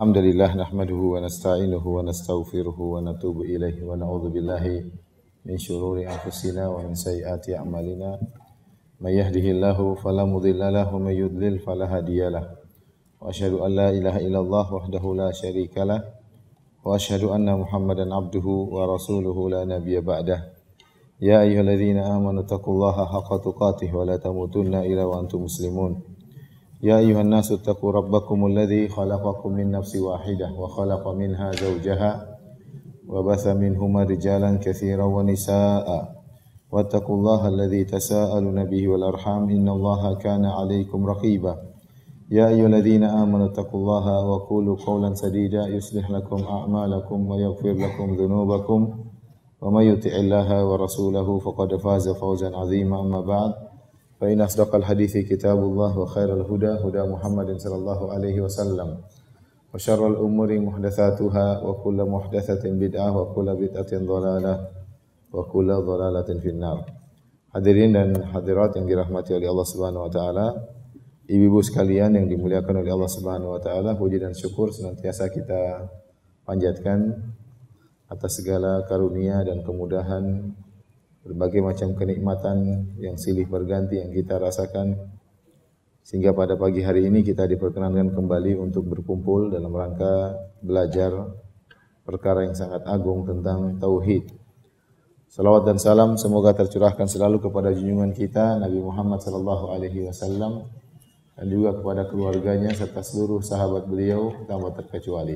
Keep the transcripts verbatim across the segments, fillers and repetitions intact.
Alhamdulillah nahmaduhu wa nasta'inuhu wa nastaghfiruhu wa natubu ilaihi wa na'udzu billahi min syururi anfusina wa min sayyiati a'malina. May yahdihillahu fala mudilla lahu wa may yudlil fala hadiyalah. Wa asyhadu an la ilaha illallah wahdahu la syarikalah wa asyhadu anna Muhammadan abduhu wa rasuluhu la nabiyya ba'dah. Ya ayyuhalladzina amanu taqullaha haqqa tuqatih wa la tamutunna illa wa antum muslimun. Ya ayuhan nasu taqu rabbakumul ladzi khalaqakum min nafsin wahidah wa khalaqa minha zawjaha wa batha minhuma rijalan katsiran wa nisaa'a wattaqullaha alladzi tasaaluna bihi wal arham innallaha kana 'alaikum raqiba. Ya ayyuhalladzina amanu taqullaha wa qulu qawlan sadida yuslih lakum a'malakum wa yaghfir lakum dhunubakum wa may yuti'illaha wa rasulahu faqad faza fawzan 'azima amma ba'd. Fa inna asdaqal hadithi kitabullah wa khairal huda huda Muhammadin sallallahu alaihi wasallam wa syarrul umuri muhdatsatuha wa kullu muhdatsatin bid'ah wa kullu bid'atin dhalalah wa kullu dhalalatin finnar. Hadirin dan hadirat yang dirahmati oleh Allah Subhanahu wa taala, ibu-ibu sekalian yang dimuliakan oleh Allah Subhanahu wa taala, puji dan syukur senantiasa kita panjatkan atas segala karunia dan kemudahan, berbagai macam kenikmatan yang silih berganti yang kita rasakan, sehingga pada pagi hari ini kita diperkenankan kembali untuk berkumpul dalam rangka belajar perkara yang sangat agung tentang tauhid. Salawat dan salam semoga tercurahkan selalu kepada junjungan kita Nabi Muhammad sallallahu alaihi wasallam dan juga kepada keluarganya serta seluruh sahabat beliau tanpa terkecuali.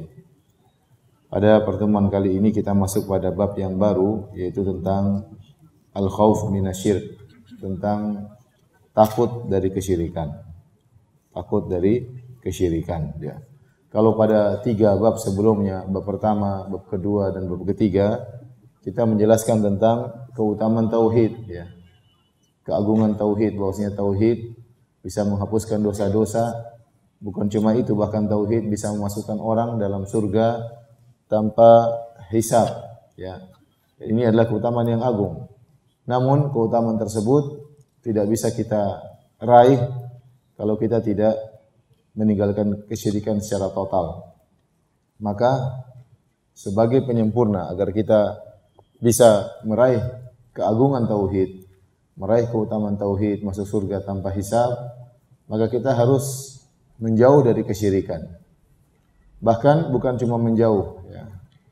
Pada pertemuan kali ini kita masuk pada bab yang baru, yaitu tentang al-khauf minasyirk, tentang takut dari kesyirikan. Takut dari kesyirikan. Ya. Kalau pada tiga bab sebelumnya, bab pertama, bab kedua, dan bab ketiga, kita menjelaskan tentang keutamaan tauhid. Ya. Keagungan tauhid, bahwasanya tauhid bisa menghapuskan dosa-dosa. Bukan cuma itu, bahkan tauhid bisa memasukkan orang dalam surga tanpa hisab. Ya. Ini adalah keutamaan yang agung. Namun keutamaan tersebut tidak bisa kita raih kalau kita tidak meninggalkan kesyirikan secara total. Maka sebagai penyempurna agar kita bisa meraih keagungan tauhid, meraih keutamaan tauhid, masuk surga tanpa hisab, maka kita harus menjauh dari kesyirikan. Bahkan bukan cuma menjauh. Ya.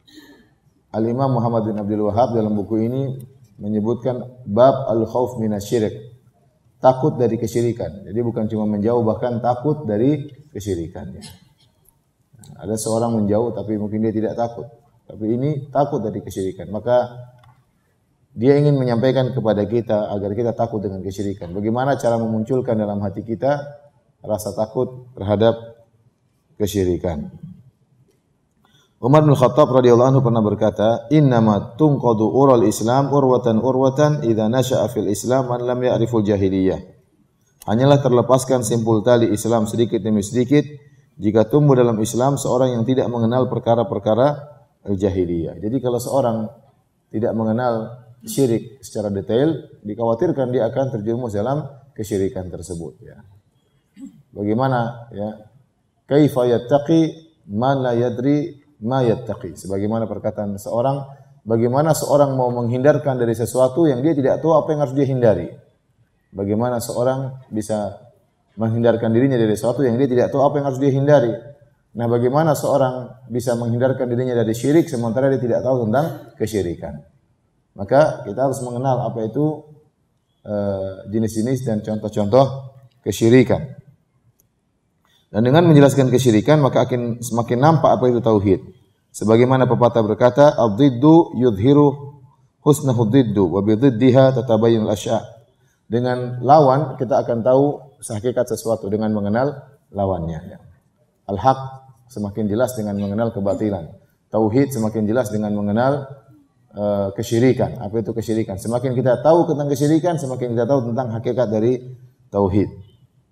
Al-Imam Muhammad bin Abdul Wahhab dalam buku ini menyebutkan bab al-khauf minasyirik, takut dari kesyirikan. Jadi bukan cuma menjauh, bahkan takut dari kesyirikan. Nah, ada seorang menjauh tapi mungkin dia tidak takut, tapi ini takut dari kesyirikan. Maka dia ingin menyampaikan kepada kita agar kita takut dengan kesyirikan. Bagaimana cara memunculkan dalam hati kita rasa takut terhadap kesyirikan? Umar bin Khattab radhiyallahu anhu pernah berkata, "Innama tunqadu ural Islam urwatan urwatan idza nasha'a fil Islam man lam ya'riful jahiliyah." Hanyalah terlepaskan simpul tali Islam sedikit demi sedikit jika tumbuh dalam Islam seorang yang tidak mengenal perkara-perkara jahiliyah. Jadi kalau seorang tidak mengenal syirik secara detail, dikhawatirkan dia akan terjerumus dalam kesyirikan tersebut, ya. Bagaimana, ya? Kaifa yattaqi man la yadri ma yattaqi. Sebagaimana perkataan seorang, bagaimana seorang mau menghindarkan dari sesuatu yang dia tidak tahu apa yang harus dia hindari. Bagaimana seorang bisa menghindarkan dirinya dari sesuatu yang dia tidak tahu apa yang harus dia hindari. Nah, bagaimana seorang bisa menghindarkan dirinya dari syirik sementara dia tidak tahu tentang kesyirikan. Maka kita harus mengenal apa itu uh, jenis-jenis dan contoh-contoh kesyirikan. Dan dengan menjelaskan kesyirikan maka akan semakin nampak apa itu tauhid. Sebagaimana pepatah berkata, "Ad-diddu yudhiru husnahu ad-diddu wa bi dhiddiha tatabayyanu al-asya'." Dengan lawan kita akan tahu hakikat sesuatu dengan mengenal lawannya. Al-haq semakin jelas dengan mengenal kebatilan. Tauhid semakin jelas dengan mengenal uh, kesyirikan. Apa itu kesyirikan? Semakin kita tahu tentang kesyirikan, semakin kita tahu tentang hakikat dari tauhid.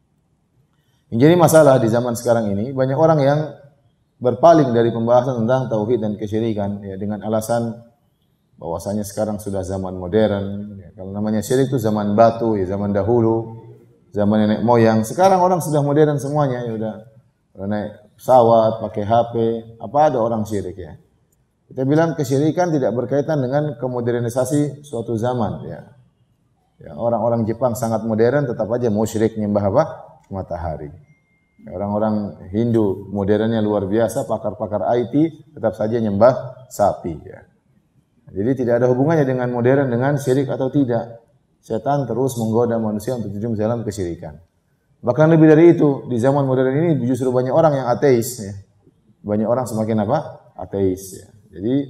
Yang jadi masalah di zaman sekarang ini, banyak orang yang berpaling dari pembahasan tentang tauhid dan kesyirikan, ya, dengan alasan bahwasanya sekarang sudah zaman modern. Ya, kalau namanya syirik itu zaman batu, ya, zaman dahulu, zaman nenek moyang. Sekarang orang sudah modern semuanya, ya udah naik pesawat, pakai H P, apa ada orang syirik ya. Kita bilang kesyirikan tidak berkaitan dengan kemodernisasi suatu zaman ya. Ya, orang-orang Jepang sangat modern tetap aja musyrik nyembah apa? Matahari. Orang-orang Hindu modernnya luar biasa, pakar-pakar I T tetap saja nyembah sapi ya. Jadi tidak ada hubungannya dengan modern dengan syirik atau tidak. Setan terus menggoda manusia untuk terjun dalam kesyirikan. Bahkan lebih dari itu, di zaman modern ini justru banyak orang yang ateis ya. Banyak orang semakin apa? Ateis ya. Jadi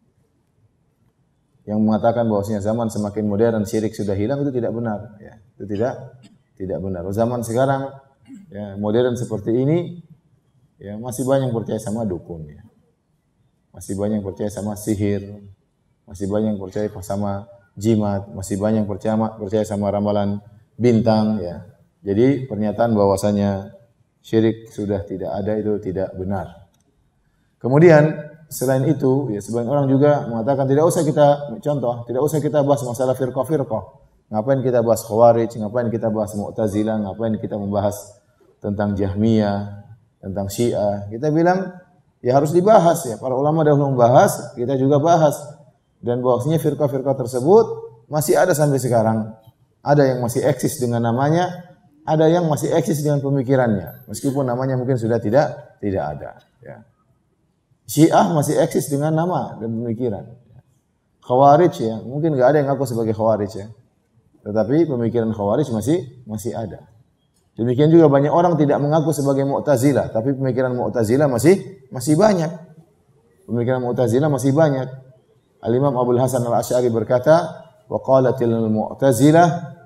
yang mengatakan bahwasanya zaman semakin modern syirik sudah hilang itu tidak benar ya. Itu tidak tidak benar. Zaman sekarang ya modern seperti ini ya masih banyak yang percaya sama dukun ya. Masih banyak yang percaya sama sihir, masih banyak yang percaya sama jimat, masih banyak yang percaya percaya sama ramalan bintang ya. Jadi pernyataan bahwasanya syirik sudah tidak ada itu tidak benar. Kemudian selain itu, ya sebagian orang juga mengatakan tidak usah kita contoh, tidak usah kita bahas masalah firqah-firqah. Ngapain kita bahas Khawarij, ngapain kita bahas Mu'tazilah, ngapain kita membahas tentang Jahmiyah, tentang Syiah. Kita bilang ya harus dibahas ya. Para ulama dahulu membahas, kita juga bahas. Dan bahwasanya firqah-firqah tersebut masih ada sampai sekarang. Ada yang masih eksis dengan namanya, ada yang masih eksis dengan pemikirannya. Meskipun namanya mungkin sudah tidak tidak ada ya. Syiah masih eksis dengan nama dan pemikiran. Khawarij ya, mungkin enggak ada yang ngaku sebagai Khawarij ya. Tetapi pemikiran Khawarij masih masih ada. Demikian juga banyak orang tidak mengaku sebagai Mu'tazilah, tapi pemikiran Mu'tazilah masih masih banyak. Pemikiran Mu'tazilah masih banyak. Al-Imam Abu Hasan Al-Asy'ari berkata, "Wa qalatil Mu'tazilah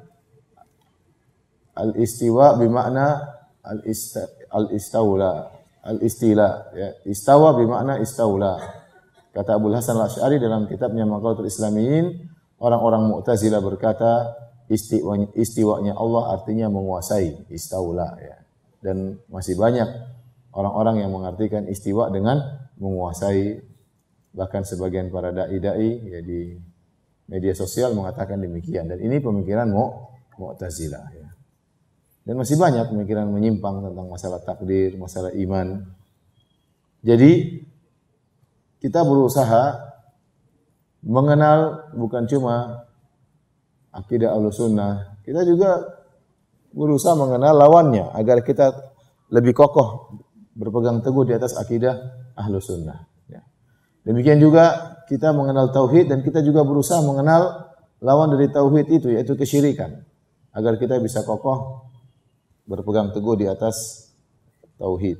al-istiwa bimakna al-istawla." Al-istila ya, istawa bermakna istaula. Kata Abu Hasan Al-Asy'ari dalam kitabnya Maqalatul Islamiyin, orang-orang Mu'tazilah berkata istiwanya istiwanya Allah artinya menguasai, istaula ya. Dan masih banyak orang-orang yang mengartikan istiwa dengan menguasai, bahkan sebagian para dai-dai ya di media sosial mengatakan demikian, dan ini pemikiran Mu'tazilah ya. Dan masih banyak pemikiran menyimpang tentang masalah takdir, masalah iman. Jadi kita berusaha mengenal bukan cuma akidah Ahlussunnah, kita juga berusaha mengenal lawannya agar kita lebih kokoh berpegang teguh di atas akidah Ahlussunnah. Ya. Demikian juga kita mengenal tauhid dan kita juga berusaha mengenal lawan dari tauhid itu, yaitu kesyirikan, agar kita bisa kokoh berpegang teguh di atas tauhid.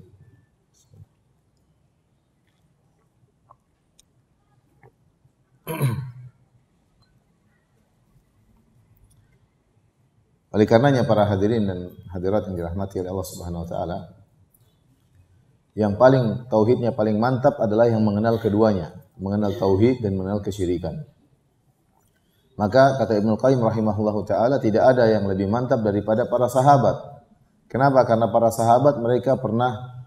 Oleh karenanya para hadirin dan hadirat yang dirahmati oleh Allah Subhanahu wa taala, yang paling tauhidnya paling mantap adalah yang mengenal keduanya, mengenal tauhid dan mengenal kesyirikan. Maka kata Ibnu Qayyim rahimahullahu taala, tidak ada yang lebih mantap daripada para sahabat. Kenapa? Karena para sahabat mereka pernah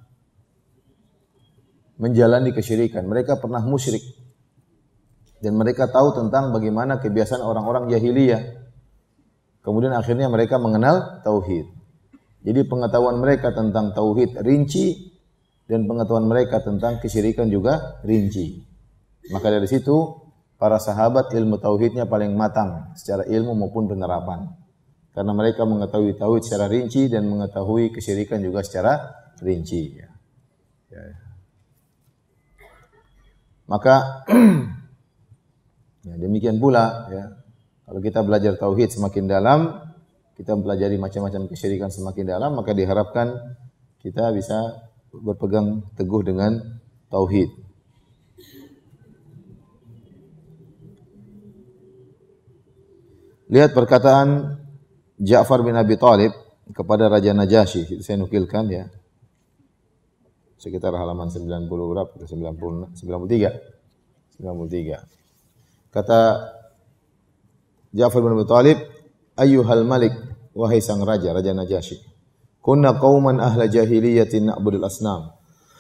menjalani kesyirikan, mereka pernah musyrik. Dan mereka tahu tentang bagaimana kebiasaan orang-orang jahiliyah. Kemudian akhirnya mereka mengenal tauhid. Jadi pengetahuan mereka tentang tauhid rinci dan pengetahuan mereka tentang kesyirikan juga rinci. Maka dari situ para sahabat ilmu tauhidnya paling matang secara ilmu maupun penerapan. Karena mereka mengetahui tauhid secara rinci dan mengetahui kesyirikan juga secara rinci. Ya. Ya. Maka ya, demikian pula ya, kalau kita belajar tauhid semakin dalam, kita mempelajari macam-macam kesyirikan semakin dalam, maka diharapkan kita bisa berpegang teguh dengan tauhid. Lihat perkataan Ja'far bin Abi Thalib kepada Raja Najasyi, saya nukilkan ya. Sekitar halaman sembilan puluh berapa? sembilan puluh, sembilan puluh tiga. sembilan puluh tiga. Kata Ja'far bin Abi Thalib, "Ayyuhal malik, wahai sang raja, Raja Najasyi. Kunna qauman ahla jahiliyatin na'budul asnam."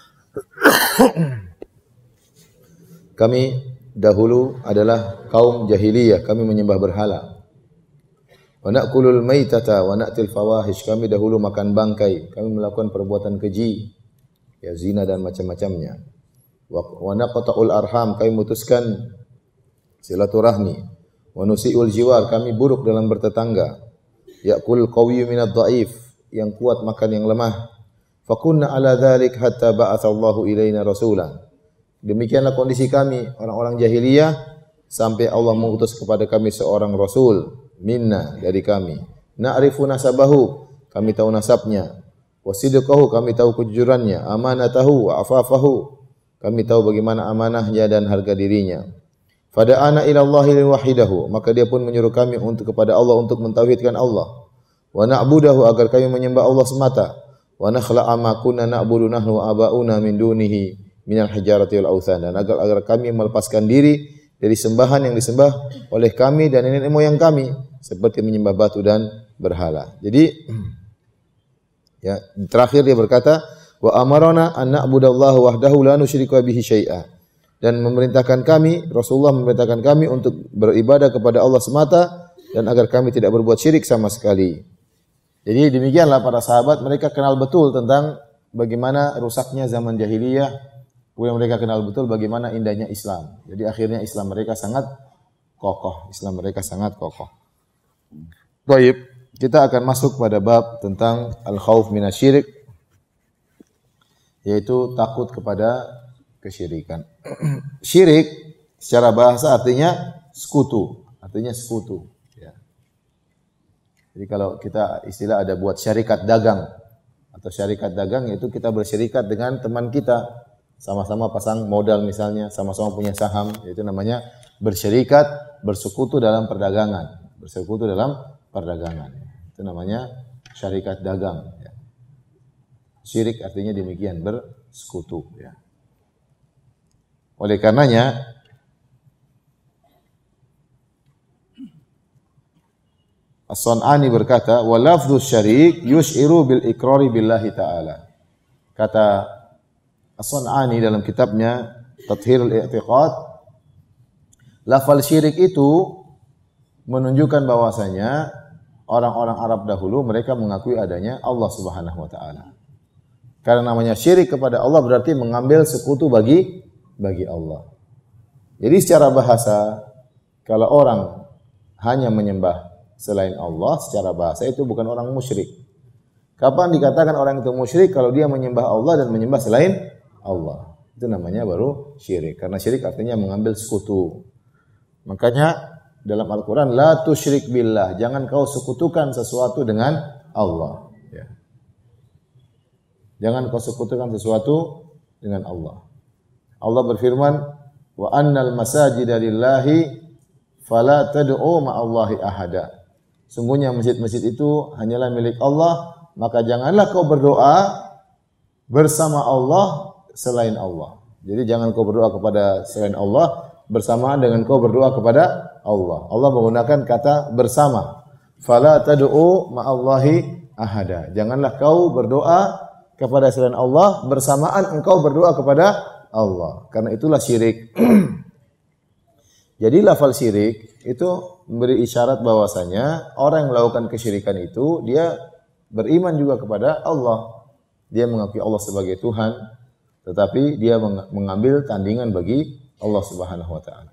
Kami dahulu adalah kaum jahiliyah, kami menyembah berhala. Wa na'kulul maitata wa na'til fawahish, kami dahulu makan bangkai, kami melakukan perbuatan keji. ya zina dan macam-macamnya. Wa naqta'ul arham, kami memutuskan silaturahmi. Wa nusi'ul jiwar, kami buruk dalam bertetangga. Ya'kul qawiyyu minadh dha'if, yang kuat makan yang lemah. Fakunna ala dzalik hatta ba'atsallahu ilaina rasulan. Demikianlah kondisi kami orang-orang jahiliyah sampai Allah mengutus kepada kami seorang rasul minna, dari kami. Na'rifu nasabahu, kami tahu nasabnya. Wa sidqahu, kami tahu kejujurannya. Amanatahu wa afafahu, kami tahu bagaimana amanahnya dan harga dirinya. Fada'ana ila Allahi wahidahu, maka dia pun menyuruh kami untuk kepada Allah untuk mentauhidkan Allah. Wa na'budahu, agar kami menyembah Allah semata. Wa nakhla'a ma kunna na'budu nahnu wa aba'una min dunihi minal hijarati wal authan, dan agar agar kami melepaskan diri dari sembahan yang disembah oleh kami dan nenek moyang kami, seperti menyembah batu dan berhala. Jadi ya, terakhir dia berkata, wa amarona an na'budallaha wahdahu la nusyriku bihi syai'a, dan memerintahkan kami, Rasulullah memerintahkan kami untuk beribadah kepada Allah semata dan agar kami tidak berbuat syirik sama sekali. Jadi demikianlah para sahabat, mereka kenal betul tentang bagaimana rusaknya zaman jahiliyah, kemudian mereka kenal betul bagaimana indahnya Islam. Jadi akhirnya Islam mereka sangat kokoh, Islam mereka sangat kokoh. Baik, kita akan masuk pada bab tentang al-khauf minasyirik, yaitu takut kepada kesyirikan. Syirik secara bahasa artinya sekutu, artinya sekutu. Ya. Jadi kalau kita istilah ada buat syarikat dagang atau syarikat dagang, yaitu kita bersyarikat dengan teman kita, sama-sama pasang modal misalnya, sama-sama punya saham, yaitu namanya bersyarikat, bersekutu dalam perdagangan, bersekutu dalam perdagangan. Itu namanya syarikat dagang. Ya. Syirik artinya demikian, bersekutu. Ya. Oleh karenanya, As-San'ani berkata, wa lafdzus syarik yus'iru bil iqrari billahi ta'ala. Kata As-San'ani dalam kitabnya Tathhirul I'tiqad, lafal syirik itu menunjukkan bahwasanya orang-orang Arab dahulu mereka mengakui adanya Allah Subhanahu wa taala. Karena namanya syirik kepada Allah berarti mengambil sekutu bagi bagi Allah. Jadi secara bahasa, kalau orang hanya menyembah selain Allah, secara bahasa itu bukan orang musyrik. Kapan dikatakan orang itu musyrik? Kalau dia menyembah Allah dan menyembah selain Allah. Itu namanya baru syirik. Karena syirik artinya mengambil sekutu. Makanya dalam Al-Quran, la tusyrik billah, jangan kau sekutukan sesuatu dengan Allah. Ya. Jangan kau sekutukan sesuatu dengan Allah. Allah berfirman, wa annal masajida lillahi fala tad'u ma'allahi ahada. Sungguhnya masjid-masjid itu hanyalah milik Allah, maka janganlah kau berdoa bersama Allah selain Allah. Jadi jangan kau berdoa kepada selain Allah bersamaan dengan kau berdoa kepada Allah. Allah menggunakan kata bersama. Fala tad'u ma'allahi ahada. Janganlah kau berdoa kepada selain Allah bersamaan engkau berdoa kepada Allah. Karena itulah syirik. Jadi lafal syirik itu memberi isyarat bahwasanya orang yang melakukan kesyirikan itu dia beriman juga kepada Allah. Dia mengakui Allah sebagai Tuhan, tetapi dia mengambil tandingan bagi Allah Subhanahu wa taala.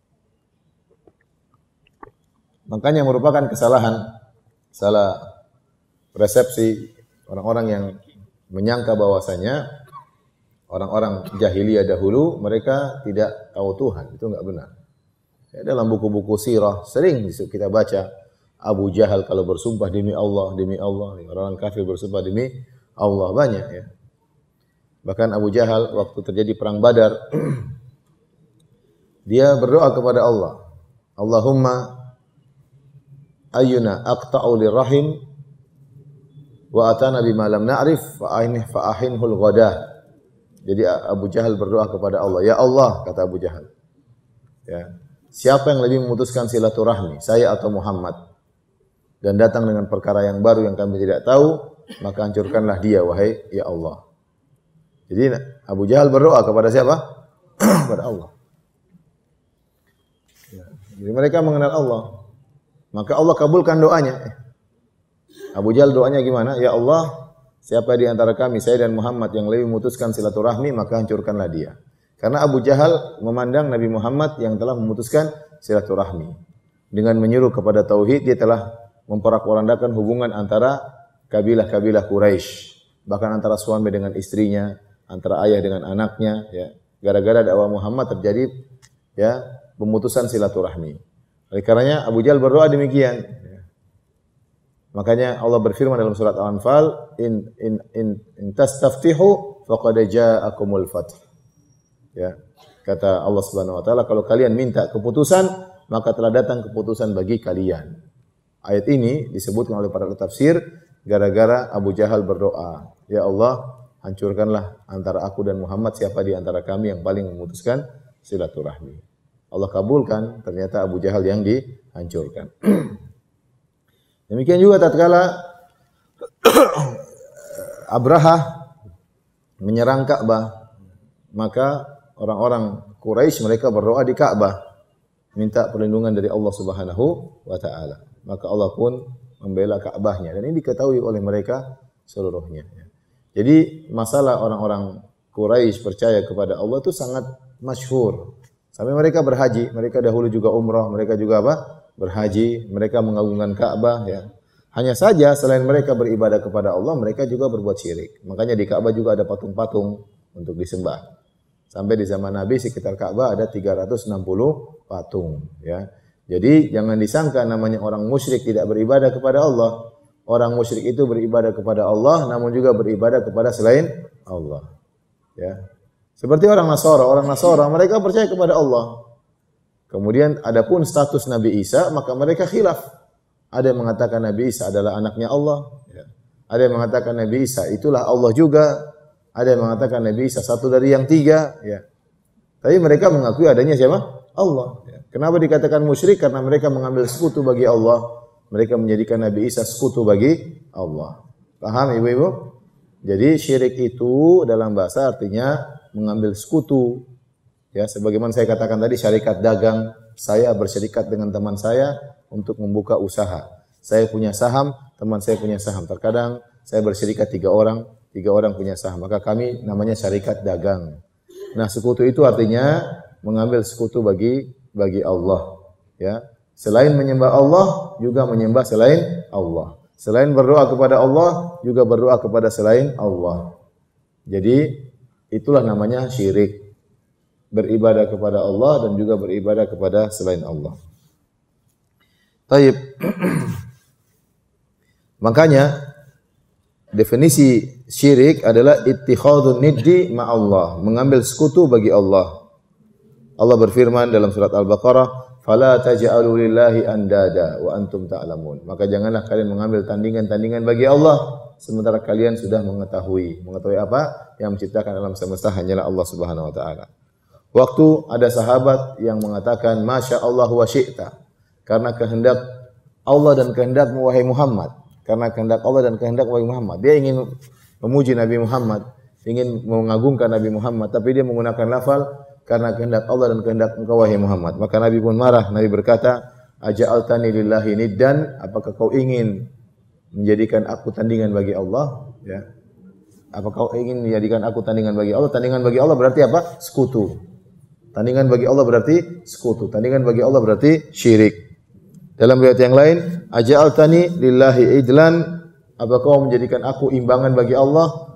Makanya merupakan kesalahan, salah persepsi orang-orang yang menyangka bahwasanya orang-orang jahiliyah dahulu mereka tidak tahu Tuhan. Itu enggak benar. Ya, dalam buku-buku sirah sering kita baca Abu Jahal kalau bersumpah demi Allah, demi Allah, orang kafir bersumpah demi Allah banyak ya. Bahkan Abu Jahal waktu terjadi perang Badar dia berdoa kepada Allah, Allahumma ayyuna aqta'u lirrahim wa atana bima lam na'rif fa ahinih fa ahinhul ghadah. Jadi Abu Jahal berdoa kepada Allah, ya Allah, kata Abu Jahal. Ya. Siapa yang lebih memutuskan silaturahmi, saya atau Muhammad? Dan datang dengan perkara yang baru yang kami tidak tahu, maka hancurkanlah dia, wahai ya Allah. Jadi Abu Jahal berdoa kepada siapa? Kepada Allah. Ya. Jadi mereka mengenal Allah. Maka Allah kabulkan doanya. Abu Jahal doanya gimana? Ya Allah, siapa di antara kami, saya dan Muhammad yang lebih memutuskan silaturahmi, maka hancurkanlah dia. Karena Abu Jahal memandang Nabi Muhammad yang telah memutuskan silaturahmi. Dengan menyuruh kepada tauhid, dia telah memperak-porandakan hubungan antara kabilah-kabilah Quraisy, bahkan antara suami dengan istrinya, antara ayah dengan anaknya, ya. Gara-gara dakwah Muhammad terjadi ya pemutusan silaturahmi. Oleh karenanya Abu Jahal berdoa demikian. Ya. Makanya Allah berfirman dalam surat Al-Anfal, in in in, in tastaftihu faqad ja'akumul fath. Ya. Kata Allah Subhanahu wa taala, kalau kalian minta keputusan, maka telah datang keputusan bagi kalian. Ayat ini disebutkan oleh para tafsir gara-gara Abu Jahal berdoa, ya Allah, hancurkanlah antara aku dan Muhammad, siapa di antara kami yang paling memutuskan silaturahmi. Allah kabulkan, ternyata Abu Jahal yang dihancurkan. Demikian juga tatkala Abraha menyerang Ka'bah, maka orang-orang Quraisy mereka berdoa di Ka'bah, minta perlindungan dari Allah Subhanahu wa taala. Maka Allah pun membela Ka'bahnya, dan ini diketahui oleh mereka seluruhnya. Jadi masalah orang-orang Quraisy percaya kepada Allah itu sangat masyhur. Sampai mereka berhaji, mereka dahulu juga umrah, mereka juga apa? Berhaji, mereka mengagungkan Ka'bah, ya. Hanya saja selain mereka beribadah kepada Allah, mereka juga berbuat syirik. Makanya di Ka'bah juga ada patung-patung untuk disembah. Sampai di zaman Nabi sekitar Ka'bah ada tiga ratus enam puluh patung, ya. Jadi jangan disangka namanya orang musyrik tidak beribadah kepada Allah. Orang musyrik itu beribadah kepada Allah, namun juga beribadah kepada selain Allah. Ya. Seperti orang Nasara, orang Nasara mereka percaya kepada Allah. Kemudian adapun status Nabi Isa, maka mereka khilaf. Ada yang mengatakan Nabi Isa adalah anaknya Allah. Ya. Ada yang mengatakan Nabi Isa itulah Allah juga. Ada yang mengatakan Nabi Isa satu dari yang tiga. Ya. Tapi mereka mengakui adanya siapa? Allah. Ya. Kenapa dikatakan musyrik? Karena mereka mengambil sekutu bagi Allah. Mereka menjadikan Nabi Isa sekutu bagi Allah. Paham ibu-ibu? Jadi syirik itu dalam bahasa artinya mengambil sekutu. Ya, sebagaimana saya katakan tadi, syarikat dagang, saya bersyarikat dengan teman saya untuk membuka usaha. Saya punya saham, teman saya punya saham. Terkadang saya bersyarikat tiga orang, tiga orang punya saham. Maka kami namanya syarikat dagang. Nah, sekutu itu artinya mengambil sekutu bagi bagi Allah. Ya, selain menyembah Allah, juga menyembah selain Allah. Selain berdoa kepada Allah, juga berdoa kepada selain Allah. Jadi itulah namanya syirik. Beribadah kepada Allah dan juga beribadah kepada selain Allah. Taib. Makanya definisi syirik adalah ittikhadun niddi ma'allah, mengambil sekutu bagi Allah. Allah berfirman dalam surat Al-Baqarah, "Fala taj'alu lillahi andada wa antum ta'lamun." Maka janganlah kalian mengambil tandingan-tandingan bagi Allah sementara kalian sudah mengetahui. Mengetahui apa? Yang menciptakan alam semesta hanyalah Allah Subhanahu wa taala. Waktu ada sahabat yang mengatakan, "Masya Allah wa syi'ta." Karena kehendak Allah dan kehendakmu wahai Muhammad. Karena kehendak Allah dan kehendak wahai Muhammad. Dia ingin memuji Nabi Muhammad, ingin mengagungkan Nabi Muhammad, tapi dia menggunakan lafal karena kehendak Allah dan kehendak engkau wahai Muhammad. Maka Nabi pun marah. Nabi berkata, "Aja'altani lillahi niddan?" Apakah kau ingin menjadikan aku tandingan bagi Allah? Ya. Apakah kau ingin menjadikan aku tandingan bagi Allah? Tandingan bagi Allah berarti apa? Sekutu. Tandingan bagi Allah berarti sekutu. Tandingan bagi Allah berarti syirik. Dalam riwayat yang lain, "Aja'altani lillahi idlan?" Apakah kau menjadikan aku imbangan bagi Allah?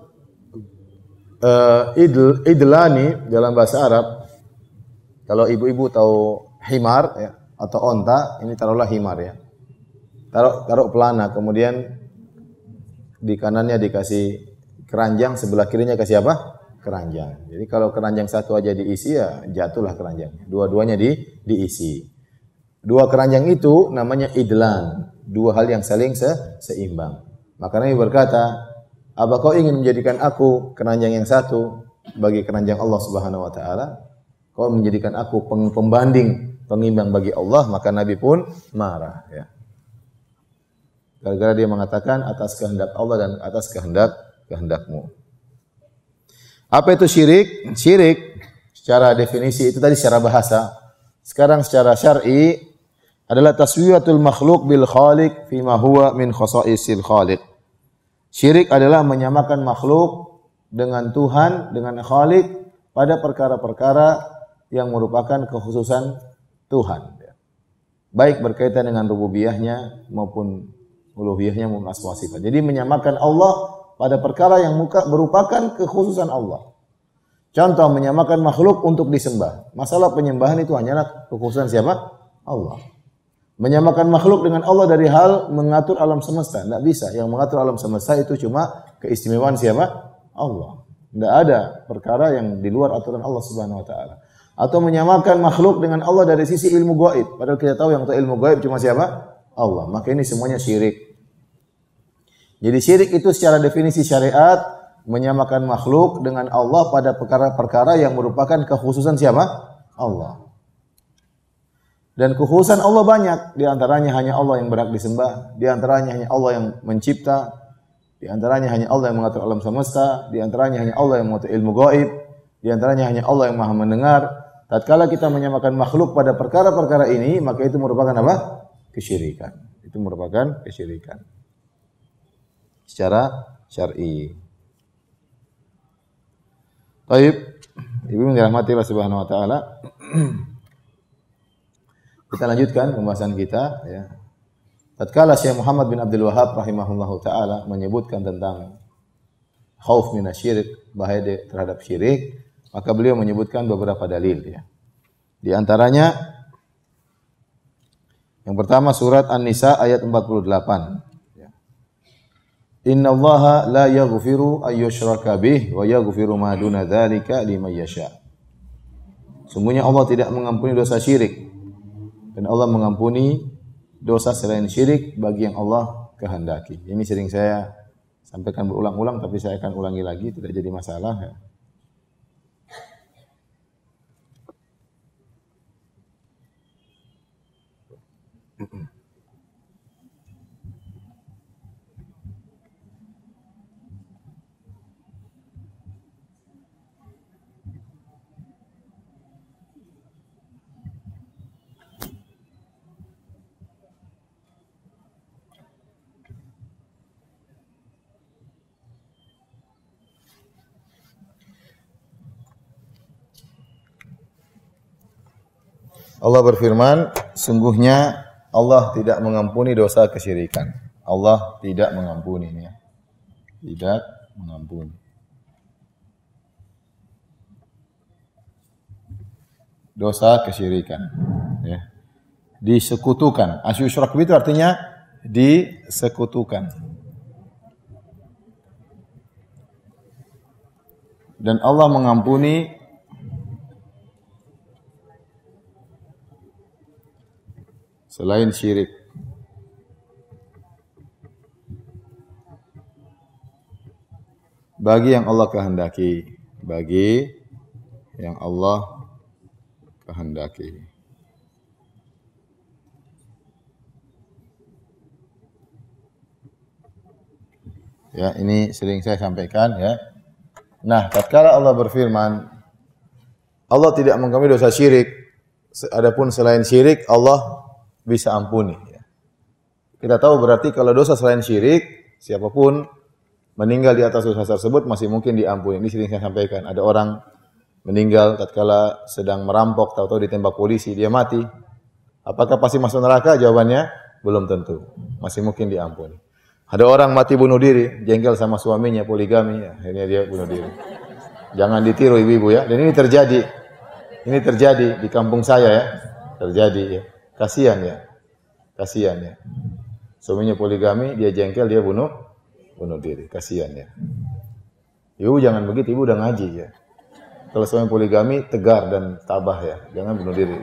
Uh, idl, idlani dalam bahasa Arab, kalau ibu-ibu tahu himar ya, atau onta, ini taruhlah himar ya. Taruh taruh pelana, kemudian di kanannya dikasih keranjang, sebelah kirinya kasih apa? Keranjang. Jadi kalau keranjang satu aja diisi ya jatuhlah keranjangnya. Dua-duanya di diisi. Dua keranjang itu namanya idlan, dua hal yang saling se seimbang. Maka Nabi berkata, "Apa kau ingin menjadikan aku keranjang yang satu bagi keranjang Allah Subhanahu wa taala? Kau menjadikan aku pembanding, pengimbang bagi Allah?" Maka Nabi pun marah ya. Gara-gara dia mengatakan atas kehendak Allah dan atas kehendak kehendakmu. Apa itu syirik? Syirik secara definisi itu tadi secara bahasa. Sekarang secara syar'i adalah taswiyatul makhluk bil khaliq fima huwa min khasa'isil khaliq. Syirik adalah menyamakan makhluk dengan Tuhan, dengan Khalik pada perkara-perkara yang merupakan kekhususan Tuhan. Baik berkaitan dengan rububiyahnya maupun uluhiyahnya maupun asma sifat. Jadi menyamakan Allah pada perkara yang merupakan kekhususan Allah. Contoh menyamakan makhluk untuk disembah. Masalah penyembahan itu hanyalah kekhususan siapa? Allah. Menyamakan makhluk dengan Allah dari hal mengatur alam semesta. Tidak bisa. Yang mengatur alam semesta itu cuma keistimewaan siapa? Allah. Tidak ada perkara yang di luar aturan Allah Subhanahu Wa Taala. Atau menyamakan makhluk dengan Allah dari sisi ilmu gaib. Padahal kita tahu yang tahu ilmu gaib cuma siapa? Allah. Maka ini semuanya syirik. Jadi syirik itu secara definisi syariat menyamakan makhluk dengan Allah pada perkara-perkara yang merupakan kekhususan siapa? Allah. Dan kekhususan Allah banyak. Di antaranya hanya Allah yang berhak disembah. Di antaranya hanya Allah yang mencipta. Di antaranya hanya Allah yang mengatur alam semesta. Di antaranya hanya Allah yang mengatur ilmu gaib. Di antaranya hanya Allah yang maha mendengar. Tatkala kita menyamakan makhluk pada perkara-perkara ini, maka itu merupakan apa? Kesyirikan. Itu merupakan kesyirikan. Secara syar'i. Baik, Ibu yang dirahmati Allah Subhanahu wa taala. Kita lanjutkan pembahasan kita ya. Tatkala Syekh Muhammad bin Abdul Wahhab rahimahullahu taala menyebutkan tentang khauf minasyirik, bahaya terhadap syirik, maka beliau menyebutkan beberapa dalil ya. Di antaranya yang pertama surat An-Nisa ayat empat puluh delapan. Ya. Innallaha la yaghfiru ayyushraka bih wa yaghfiru ma duna dzalika liman yasha. Sungguhnya Allah tidak mengampuni dosa syirik dan Allah mengampuni dosa selain syirik bagi yang Allah kehendaki. Ini sering saya sampaikan berulang-ulang tapi saya akan ulangi lagi, tidak jadi masalah ya. Allah berfirman, sungguhnya Allah tidak mengampuni dosa kesyirikan. Allah tidak mengampuni ya. Tidak mengampuni. Dosa kesyirikan ya. Disekutukan. Asyusyrak itu artinya disekutukan. Dan Allah mengampuni selain syirik. Bagi yang Allah kehendaki, bagi yang Allah kehendaki. Ya, ini sering saya sampaikan ya. Nah, tatkala Allah berfirman, Allah tidak mengampuni dosa syirik, adapun selain syirik Allah bisa ampuni. Kita tahu berarti kalau dosa selain syirik, siapapun meninggal di atas dosa tersebut masih mungkin diampuni. Ini sering saya sampaikan. Ada orang meninggal tatkala sedang merampok, tahu-tahu ditembak polisi, dia mati. Apakah pasti masuk neraka? Jawabannya belum tentu. Masih mungkin diampuni. Ada orang mati bunuh diri, jengkel sama suaminya, poligami, ya, akhirnya dia bunuh diri. Jangan ditiru ibu-ibu ya. Dan ini terjadi. Ini terjadi di kampung saya ya. Terjadi ya. Kasihan ya. Kasihan ya. Suaminya poligami, dia jengkel, dia bunuh bunuh diri. Kasihan ya. Ibu jangan begitu, ibu udah ngaji ya. Kalau suami poligami tegar dan tabah ya. Jangan bunuh diri.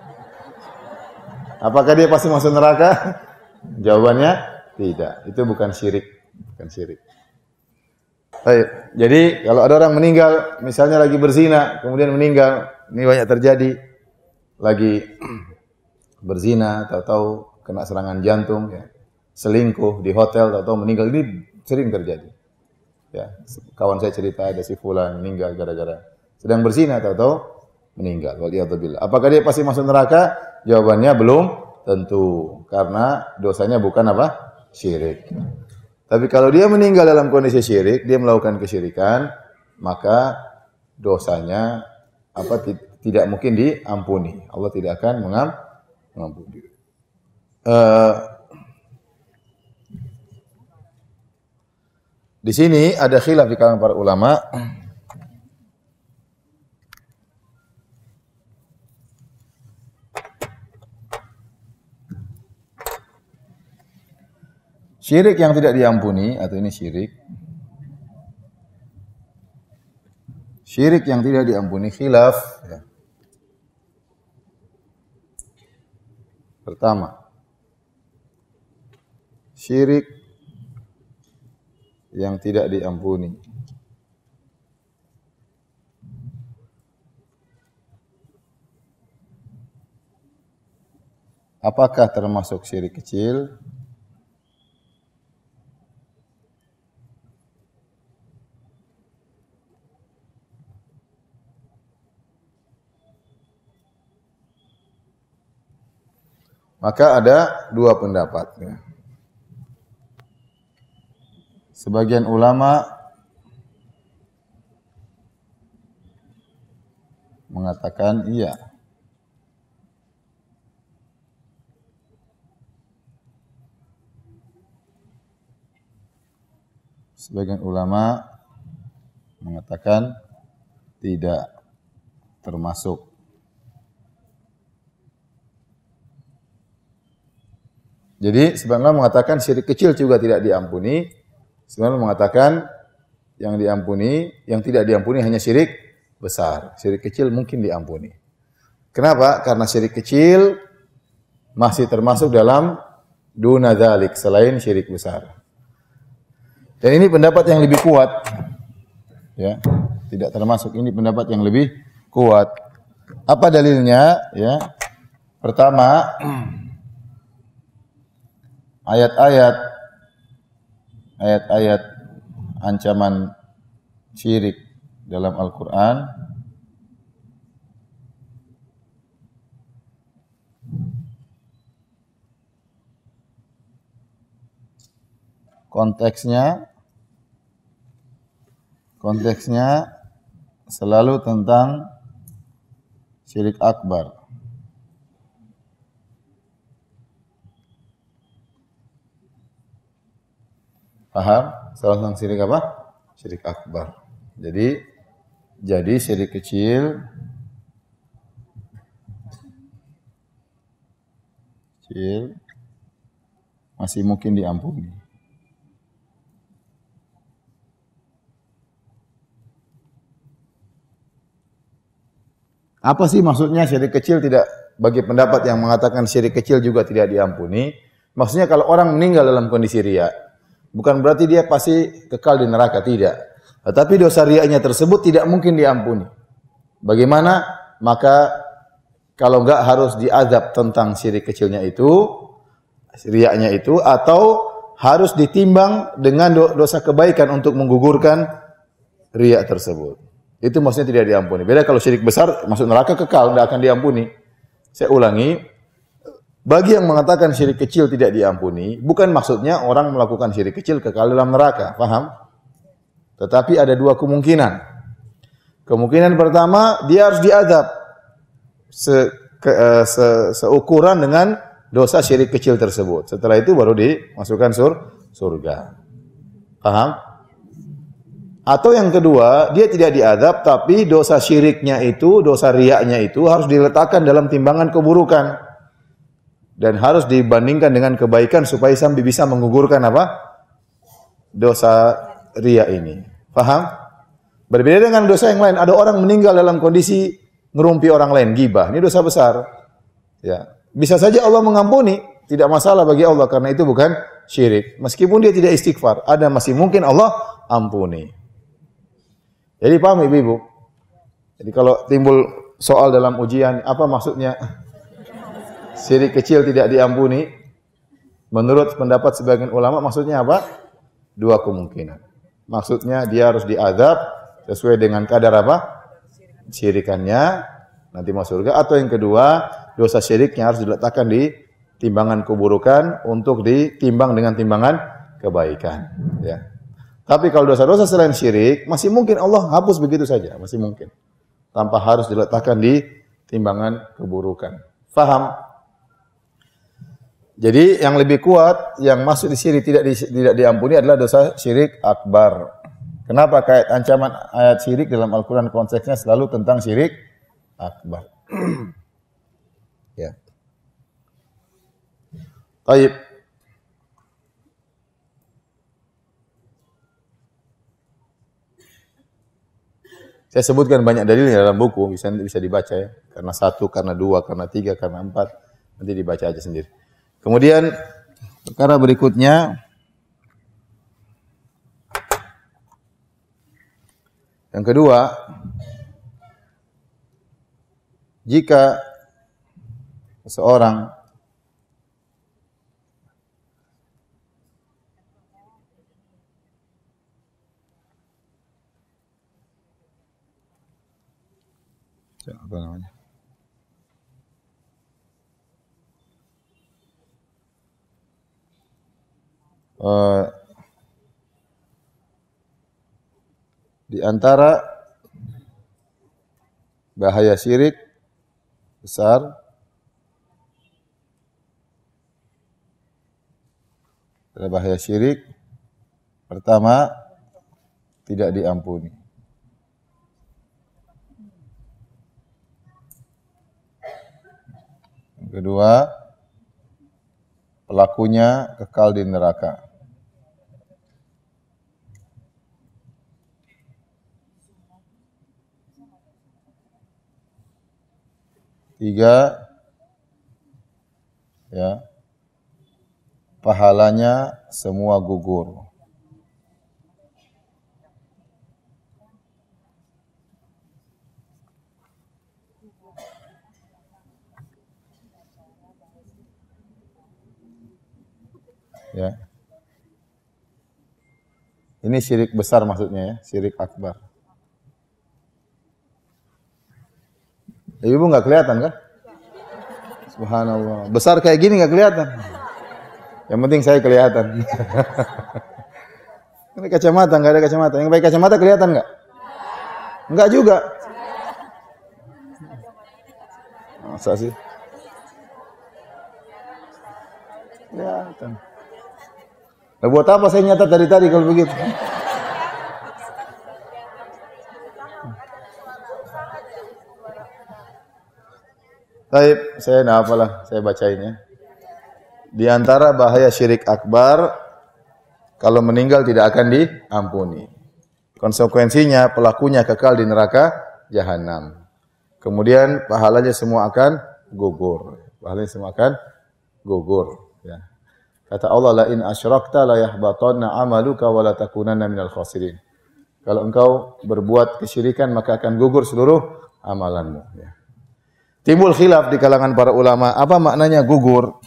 Apakah dia pasti masuk neraka? Jawabannya tidak. Itu bukan syirik, bukan syirik. Baik. Jadi kalau ada orang meninggal, misalnya lagi berzina, kemudian meninggal, ini banyak terjadi. Lagi berzina, tahu-tahu kena serangan jantung, ya. Selingkuh di hotel, tahu-tahu meninggal, ini sering terjadi. Ya, kawan saya cerita ada si fulan meninggal gara-gara sedang berzina, tahu-tahu meninggal. Waliyadzubillah. Apakah dia pasti masuk neraka? Jawabannya belum tentu, karena dosanya bukan apa? Syirik. Tapi kalau dia meninggal dalam kondisi syirik, dia melakukan kesyirikan, maka dosanya apa tidak mungkin diampuni. Allah tidak akan mengampuni. Uh, di sini ada khilaf di kalangan para ulama. Syirik yang tidak diampuni, atau ini syirik. Syirik yang tidak diampuni, khilaf. Ya. Pertama, syirik yang tidak diampuni. Apakah termasuk syirik kecil? Maka ada dua pendapat. Ya. Sebagian ulama mengatakan iya. Sebagian ulama mengatakan tidak termasuk. Jadi sebenarnya mengatakan syirik kecil juga tidak diampuni. Sebenarnya mengatakan yang diampuni, yang tidak diampuni hanya syirik besar. Syirik kecil mungkin diampuni. Kenapa? Karena syirik kecil masih termasuk dalam duna dzalik, selain syirik besar. Dan ini pendapat yang lebih kuat. Ya, tidak termasuk, ini pendapat yang lebih kuat. Apa dalilnya? Ya. Pertama, ayat-ayat ayat-ayat ancaman syirik dalam Al-Qur'an konteksnya konteksnya selalu tentang syirik akbar. Paham? Salah tentang syirik apa? Syirik akbar. Jadi, jadi syirik kecil, kecil masih mungkin diampuni. Apa sih maksudnya syirik kecil tidak? Bagi pendapat yang mengatakan syirik kecil juga tidak diampuni, maksudnya kalau orang meninggal dalam kondisi riya, bukan berarti dia pasti kekal di neraka, tidak. Tetapi dosa riyanya tersebut tidak mungkin diampuni. Bagaimana? Maka kalau enggak harus diazab tentang syirik kecilnya itu, riyanya itu, atau harus ditimbang dengan dosa kebaikan untuk menggugurkan riya tersebut. Itu maksudnya tidak diampuni. Beda kalau syirik besar, masuk neraka kekal, tidak akan diampuni. Saya ulangi, bagi yang mengatakan syirik kecil tidak diampuni, bukan maksudnya orang melakukan syirik kecil kekal dalam neraka, paham? Tetapi ada dua kemungkinan. Kemungkinan pertama, dia harus diazab se, ke, se, seukuran dengan dosa syirik kecil tersebut. Setelah itu baru dimasukkan sur, surga. Paham? Atau yang kedua, dia tidak diazab, tapi dosa syiriknya itu, dosa riyaknya itu harus diletakkan dalam timbangan keburukan. Dan harus dibandingkan dengan kebaikan supaya sampai bisa menggugurkan apa? Dosa riya ini. Paham? Berbeda dengan dosa yang lain. Ada orang meninggal dalam kondisi ngerumpi orang lain, ghibah. Ini dosa besar. Ya, bisa saja Allah mengampuni, tidak masalah bagi Allah karena itu bukan syirik. Meskipun dia tidak istighfar, ada masih mungkin Allah ampuni. Jadi paham ibu-ibu? Jadi kalau timbul soal dalam ujian, apa maksudnya syirik kecil tidak diampuni? Menurut pendapat sebagian ulama maksudnya apa? Dua kemungkinan. Maksudnya dia harus diazab sesuai dengan kadar apa? Syirikannya, nanti masuk surga. Atau yang kedua, dosa syiriknya harus diletakkan di timbangan keburukan untuk ditimbang dengan timbangan kebaikan, ya. Tapi kalau dosa-dosa selain syirik, masih mungkin Allah hapus begitu saja, masih mungkin. Tanpa harus diletakkan di timbangan keburukan. Faham? Jadi yang lebih kuat, yang masuk di syirik tidak di, tidak diampuni adalah dosa syirik akbar. Kenapa kait ancaman ayat syirik dalam Al-Quran konteksnya selalu tentang syirik akbar. Ya. Baik. Saya sebutkan banyak dalil dalam buku, bisa bisa dibaca ya. Karena satu, karena dua, karena tiga, karena empat. Nanti dibaca aja sendiri. Kemudian perkara berikutnya, yang kedua, jika seseorang apa namanya? Uh, di antara bahaya syirik besar adalah bahaya syirik pertama tidak diampuni. Yang kedua, pelakunya kekal di neraka. Tiga, ya, pahalanya semua gugur. Ya. Ini syirik besar maksudnya ya, syirik akbar. Ibu nggak kelihatan kan? Subhanallah. Besar kayak gini nggak kelihatan. Yang penting saya kelihatan. Ini kacamata, nggak ada kacamata. Yang pakai kacamata kelihatan nggak? Nggak juga. Masa sih? Kelihatan. Nah, buat apa saya nyatat dari tadi kalau begitu? Baik, saya enggak apalah, saya bacain ya. Di antara bahaya syirik akbar, kalau meninggal tidak akan diampuni. Konsekuensinya pelakunya kekal di neraka jahanam. Kemudian pahalanya semua akan gugur. Pahalanya semua akan gugur. Ya. Kata Allah, la in asyrakta la yahbatanna amaluka wa la takunanna minal khasirin. Kalau engkau berbuat kesyirikan maka akan gugur seluruh amalanmu. Ya. Timbul khilaf di kalangan para ulama, apa maknanya gugur?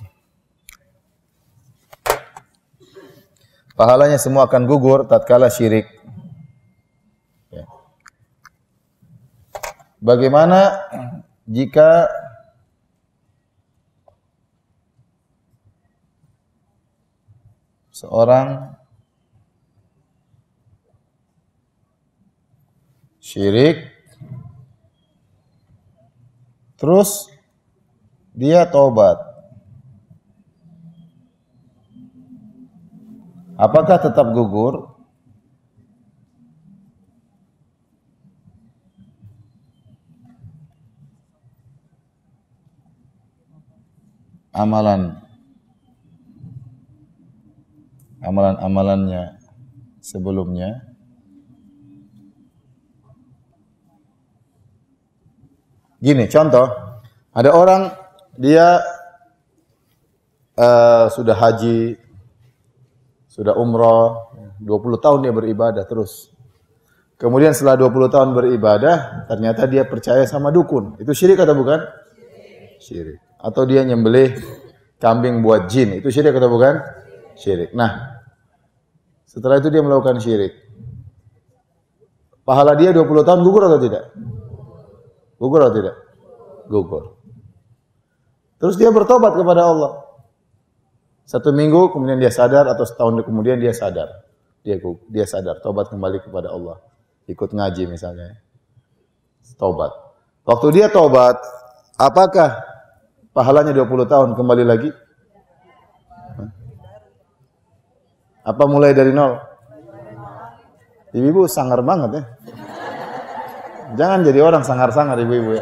Pahalanya semua akan gugur tatkala syirik. Ya. Bagaimana jika seorang syirik terus dia taubat? Apakah tetap gugur? Amalan amalan-amalannya sebelumnya. Gini, contoh, ada orang dia uh, sudah haji, sudah umrah, dua puluh tahun dia beribadah terus. Kemudian setelah dua puluh tahun beribadah, ternyata dia percaya sama dukun. Itu syirik atau bukan? Syirik. Atau dia nyembelih kambing buat jin, itu syirik atau bukan? Syirik. Nah, setelah itu dia melakukan syirik. Pahala dia dua puluh tahun gugur atau tidak? Gugur atau tidak? Gugur. Terus dia bertobat kepada Allah. Satu minggu kemudian dia sadar atau setahun kemudian dia sadar. Dia dia sadar, tobat kembali kepada Allah. Ikut ngaji misalnya. Tobat. Waktu dia tobat, apakah pahalanya dua puluh tahun kembali lagi? Apa mulai dari nol? Ibu-ibu sangar banget ya. Jangan jadi orang sangar-sangar ibu-ibu ya.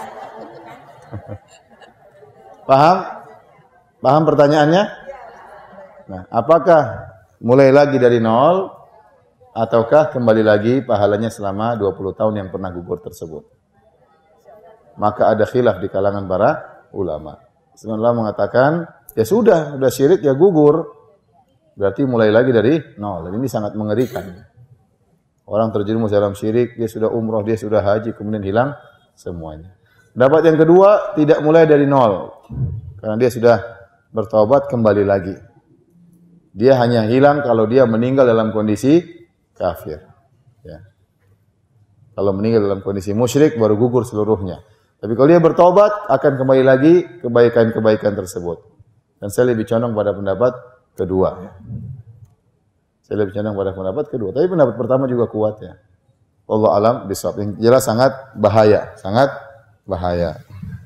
Paham? Paham pertanyaannya? Nah, apakah mulai lagi dari nol ataukah kembali lagi pahalanya selama dua puluh tahun yang pernah gugur tersebut? Maka ada khilaf di kalangan para ulama. Sebenarnya mengatakan, ya sudah, sudah syirik ya gugur. Berarti mulai lagi dari nol. Dan ini sangat mengerikan. Orang terjerumus dalam syirik, dia sudah umroh, dia sudah haji, kemudian hilang semuanya. Pendapat yang kedua, tidak mulai dari nol. Karena dia sudah bertobat kembali lagi. Dia hanya hilang kalau dia meninggal dalam kondisi kafir. Ya. Kalau meninggal dalam kondisi musyrik, baru gugur seluruhnya. Tapi kalau dia bertobat, akan kembali lagi kebaikan-kebaikan tersebut. Dan saya lebih condong pada pendapat kedua. Saya lebih condong pada pendapat kedua. Tapi pendapat pertama juga kuat ya. Wallahu alam bishawab. Yang jelas sangat bahaya, sangat bahaya.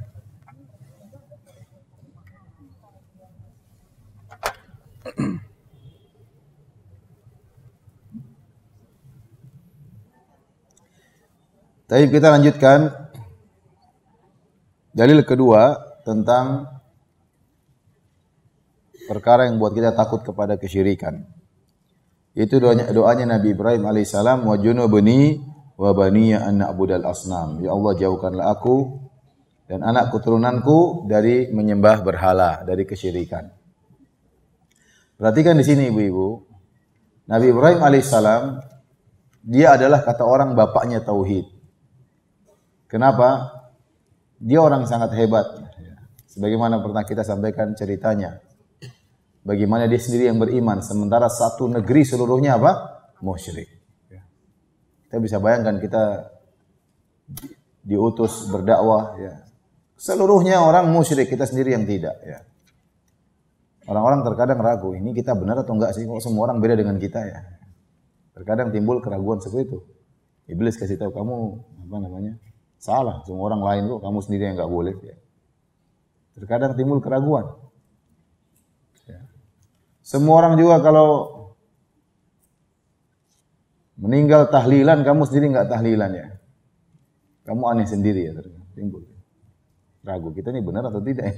Tapi kita lanjutkan dalil kedua tentang perkara yang buat kita takut kepada kesyirikan. Itu doanya, doanya Nabi Ibrahim alaihissalam, wa junubni wa baniya an na'budal asnam. Ya Allah, jauhkanlah aku dan anak keturunanku dari menyembah berhala, dari kesyirikan. Perhatikan di sini ibu-ibu. Nabi Ibrahim alaihissalam, dia adalah kata orang bapaknya tauhid. Kenapa? Dia orang sangat hebat. Sebagaimana pernah kita sampaikan ceritanya. Bagaimana dia sendiri yang beriman. Sementara satu negeri seluruhnya apa? Musyrik. Kita bisa bayangkan kita diutus berdakwah. Ya. Seluruhnya orang musyrik. Kita sendiri yang tidak. Ya. Orang-orang terkadang ragu. Ini kita benar atau enggak sih? Kok semua orang beda dengan kita ya? Terkadang timbul keraguan seperti itu. Iblis kasih tahu kamu apa namanya? Salah, semua orang lain kok, kamu sendiri yang enggak boleh. Ya. Terkadang timbul keraguan. Ya. Semua orang juga kalau meninggal tahlilan, kamu sendiri enggak tahlilan ya. Kamu aneh sendiri ya, timbul. Ragu, kita ini benar atau tidak?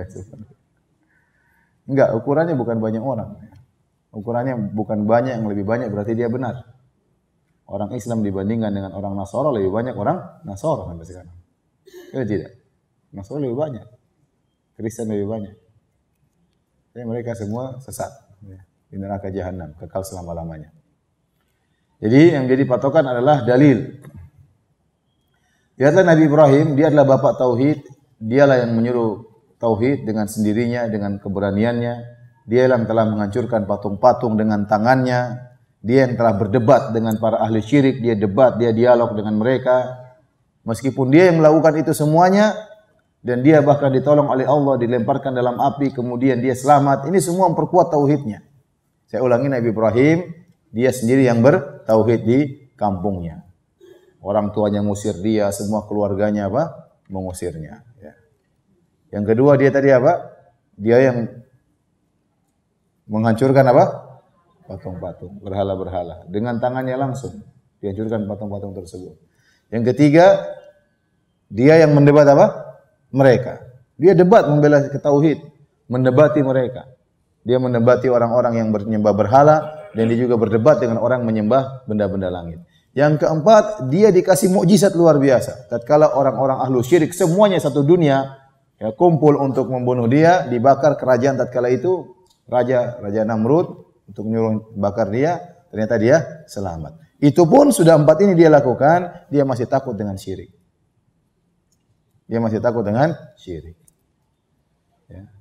Enggak, ukurannya bukan banyak orang. Ukurannya bukan banyak, yang lebih banyak berarti dia benar. Orang Islam dibandingkan dengan orang Nasara lebih banyak orang Nasara sampai sekarang. Ya tidak. Nasara lebih banyak. Kristen lebih banyak. Jadi mereka semua sesat. Ya. Di neraka jahanam, kekal selama-lamanya. Jadi yang jadi patokan adalah dalil. Lihatlah Nabi Ibrahim, dia adalah bapak tauhid. Dialah yang menyuruh tauhid dengan sendirinya, dengan keberaniannya. Dia yang telah menghancurkan patung-patung dengan tangannya. Dia yang telah berdebat dengan para ahli syirik, dia debat, dia dialog dengan mereka. Meskipun dia yang melakukan itu semuanya, dan dia bahkan ditolong oleh Allah, dilemparkan dalam api, kemudian dia selamat. Ini semua memperkuat tauhidnya. Saya ulangi, Nabi Ibrahim, dia sendiri yang bertauhid di kampungnya. Orang tuanya ngusir dia, semua keluarganya apa? Mengusirnya. Ya. Yang kedua dia tadi apa? Dia yang menghancurkan apa? Patung-patung, berhala-berhala. Dengan tangannya langsung dihancurkan patung-patung tersebut. Yang ketiga, dia yang mendebat apa? Mereka. Dia debat membela tauhid, mendebati mereka. Dia mendebati orang-orang yang menyembah berhala dan dia juga berdebat dengan orang menyembah benda-benda langit. Yang keempat, dia dikasih mukjizat luar biasa. Tatkala orang-orang ahlu syirik semuanya satu dunia ya kumpul untuk membunuh dia, dibakar kerajaan tatkala itu raja Raja Namrud untuk menyuruh bakar dia, ternyata dia selamat. Itu pun sudah empat ini dia lakukan, dia masih takut dengan syirik. Dia masih takut dengan syirik. Ya.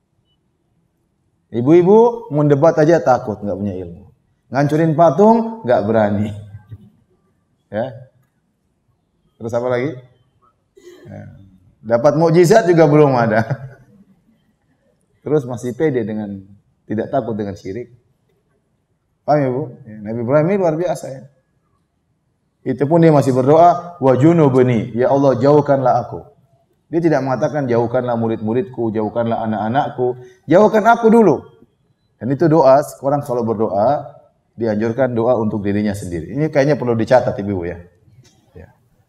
Ibu-ibu mau debat aja takut, nggak punya ilmu. Ngancurin patung nggak berani. Ya. Terus apa lagi? Ya. Dapat mukjizat juga belum ada. Terus masih pede dengan tidak takut dengan syirik. Paham ya, Bu? Ya, Nabi Ibrahim ini luar biasa ya. Itu pun dia masih berdoa, wa junubni, ya Allah jauhkanlah aku. Dia tidak mengatakan jauhkanlah murid-muridku, jauhkanlah anak-anakku, jauhkan aku dulu. Dan itu doa, orang kalau berdoa, dianjurkan doa untuk dirinya sendiri. Ini kayaknya perlu dicatat Ibu ya. Ya.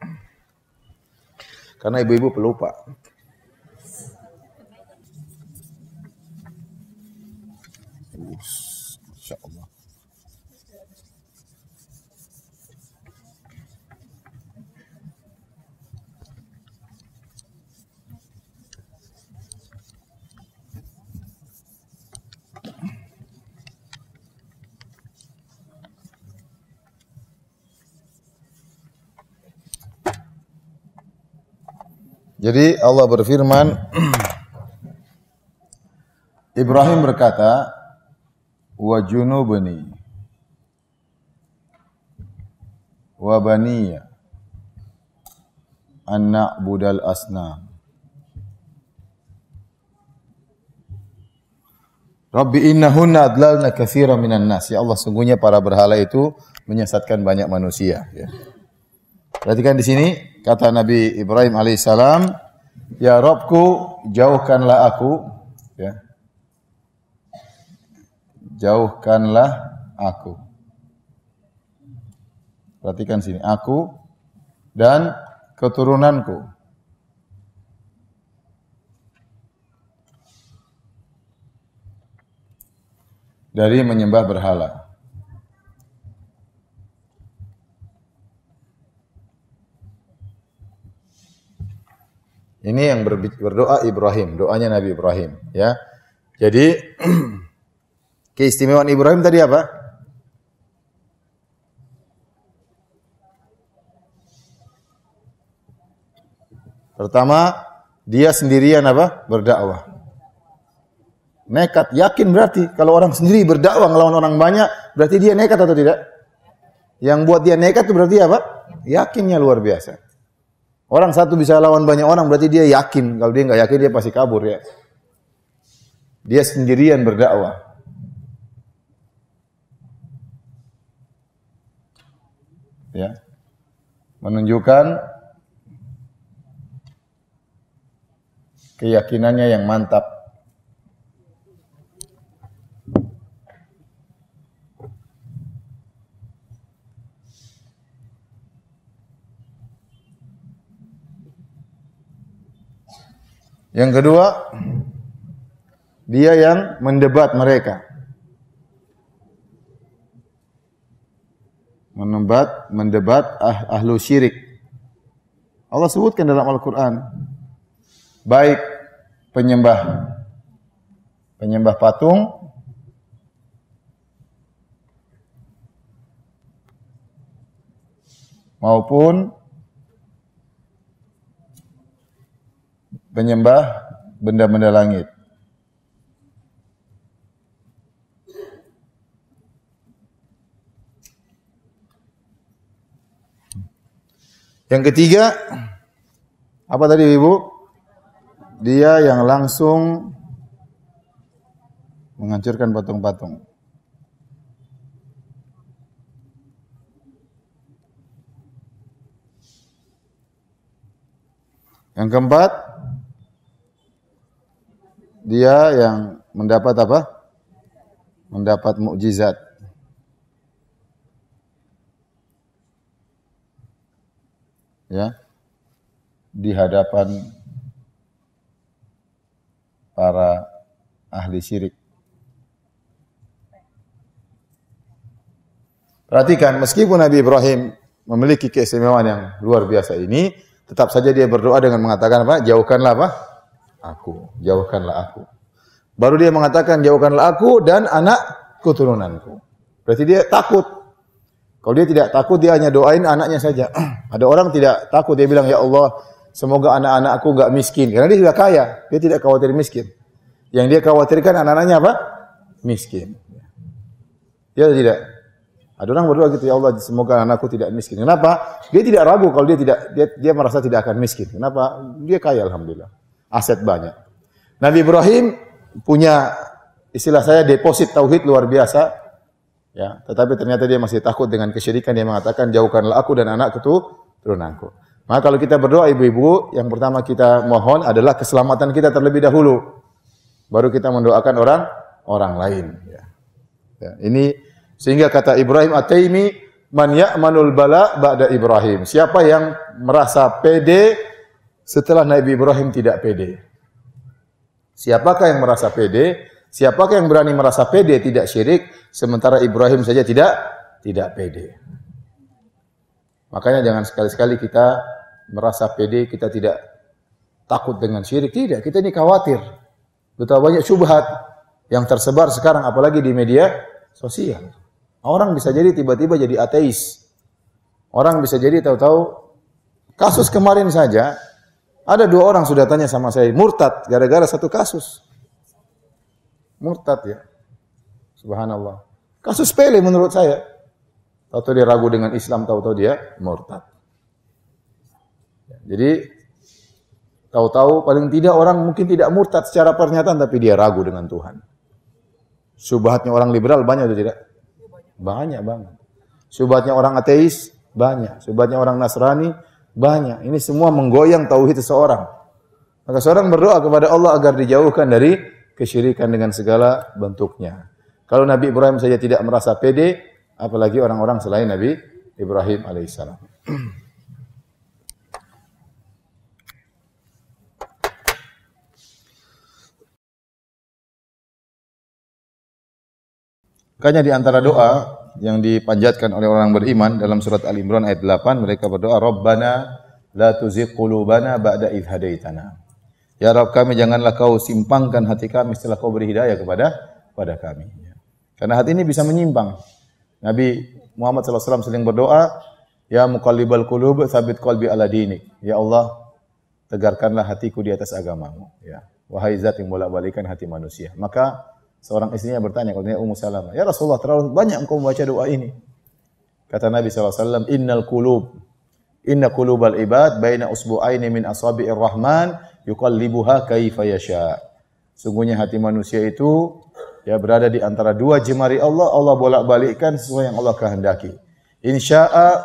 Karena ibu-ibu pelupa. Insyaallah. Jadi Allah berfirman, Ibrahim berkata, wa junubni wa baniya an na'budal asnam. Rabbi innahunna adlalna katsiran minan nas. Ya Allah, sungguhnya para berhala itu menyesatkan banyak manusia, ya. Perhatikan di sini kata Nabi Ibrahim alaihissalam, ya Rabbku, jauhkanlah aku, ya. Jauhkanlah aku. Perhatikan sini, aku dan keturunanku dari menyembah berhala. Ini yang berdoa Ibrahim, doanya Nabi Ibrahim, ya. Jadi keistimewaan Ibrahim tadi apa? Pertama, dia sendirian apa? Berdakwah. Nekat, yakin berarti kalau orang sendiri berdakwah ngelawan orang banyak, berarti dia nekat atau tidak? Yang buat dia nekat itu berarti apa? Yakinnya luar biasa. Orang satu bisa lawan banyak orang, berarti dia yakin. Kalau dia nggak yakin, dia pasti kabur ya. Dia sendirian berdakwah. Ya, menunjukkan keyakinannya yang mantap. Yang kedua, dia yang mendebat mereka. Mendebat, mendebat ah, ahlu syirik. Allah sebutkan dalam Al-Quran, baik penyembah penyembah patung maupun penyembah benda-benda langit. Yang ketiga, apa tadi Ibu? Dia yang langsung menghancurkan patung-patung. Yang keempat, dia yang mendapat apa? Mendapat mukjizat. Ya. Di hadapan para ahli syirik. Perhatikan, meskipun Nabi Ibrahim memiliki keistimewaan yang luar biasa ini, tetap saja dia berdoa dengan mengatakan apa? Jauhkanlah apa? Aku, jauhkanlah aku. Baru dia mengatakan jauhkanlah aku dan anak keturunanku. Berarti dia takut. Kalau dia tidak takut, dia hanya doain anaknya saja. Ada orang tidak takut, dia bilang, ya Allah, semoga anak-anakku enggak miskin. Karena dia sudah kaya, dia tidak khawatir miskin. Yang dia khawatirkan anak-anaknya apa? Miskin. Dia tidak. Ada orang berdoa gitu, ya Allah, semoga anakku tidak miskin. Kenapa? Dia tidak ragu kalau dia tidak, dia, dia merasa tidak akan miskin. Kenapa? Dia kaya, alhamdulillah. Aset banyak. Nabi Ibrahim punya istilah saya deposit tauhid luar biasa, ya. Tetapi ternyata dia masih takut dengan kesyirikan. Dia mengatakan, jauhkanlah aku dan anak keturunanku. Maka kalau kita berdoa ibu-ibu, yang pertama kita mohon adalah keselamatan kita terlebih dahulu. Baru kita mendoakan orang orang lain. Ya. Ya, ini sehingga kata Ibrahim At-Taimi, man ya'manul bala ba'da Ibrahim. Siapa yang merasa pede setelah Nabi Ibrahim tidak pede? Siapakah yang merasa pede? Siapakah yang berani merasa pede tidak syirik, sementara Ibrahim saja tidak tidak pede? Makanya jangan sekali-sekali kita merasa pede, kita tidak takut dengan syirik. Tidak, kita ini khawatir. Betapa banyak syubhat yang tersebar sekarang, apalagi di media sosial. Orang bisa jadi tiba-tiba jadi ateis. Orang bisa jadi tahu-tahu, kasus kemarin saja, ada dua orang sudah tanya sama saya, murtad, gara-gara satu kasus. Murtad ya. Subhanallah. Kasus sepele menurut saya. Tahu-tahu dia ragu dengan Islam, tahu-tahu dia murtad. Jadi tahu-tahu paling tidak orang mungkin tidak murtad secara pernyataan, tapi dia ragu dengan Tuhan. Syubhatnya orang liberal banyak atau tidak? Banyak banget. Syubhatnya orang ateis banyak. Syubhatnya orang Nasrani banyak. Ini semua menggoyang tauhid seseorang. Maka seorang berdoa kepada Allah agar dijauhkan dari kesyirikan dengan segala bentuknya. Kalau Nabi Ibrahim saja tidak merasa pede, apalagi orang-orang selain Nabi Ibrahim alaihissalam. Makanya di antara doa yang dipanjatkan oleh orang beriman dalam surat Al-Imran ayat delapan, mereka berdoa, Rabbana la tuzigh qulubana ba'da idh hadaitana. Ya Rabb kami, janganlah kau simpangkan hati kami setelah kau beri hidayah kepada kepada kami. Karena hati ini bisa menyimpang. Nabi Muhammad sallallahu alaihi wasallam sering berdoa, Ya muqallibal qulub, tsabit qalbi ala dinik. Ya Allah, tegarkanlah hatiku di atas agamamu. Ya. Wahai zat yang bolak-balikan hati manusia. Maka seorang istrinya bertanya kepada Ummu Salamah, Ya Rasulullah, terlalu banyak engkau membaca doa ini. Kata Nabi sallallahu alaihi wasallam, Innal qulub, inna qulubal ibad baina usbu'aini min asabi'ir rahman yuqallibuha kaifa yasha. Sungguhnya hati manusia itu ya berada di antara dua jemari Allah, Allah bolak-balikkan sesuai yang Allah kehendaki. Insya'a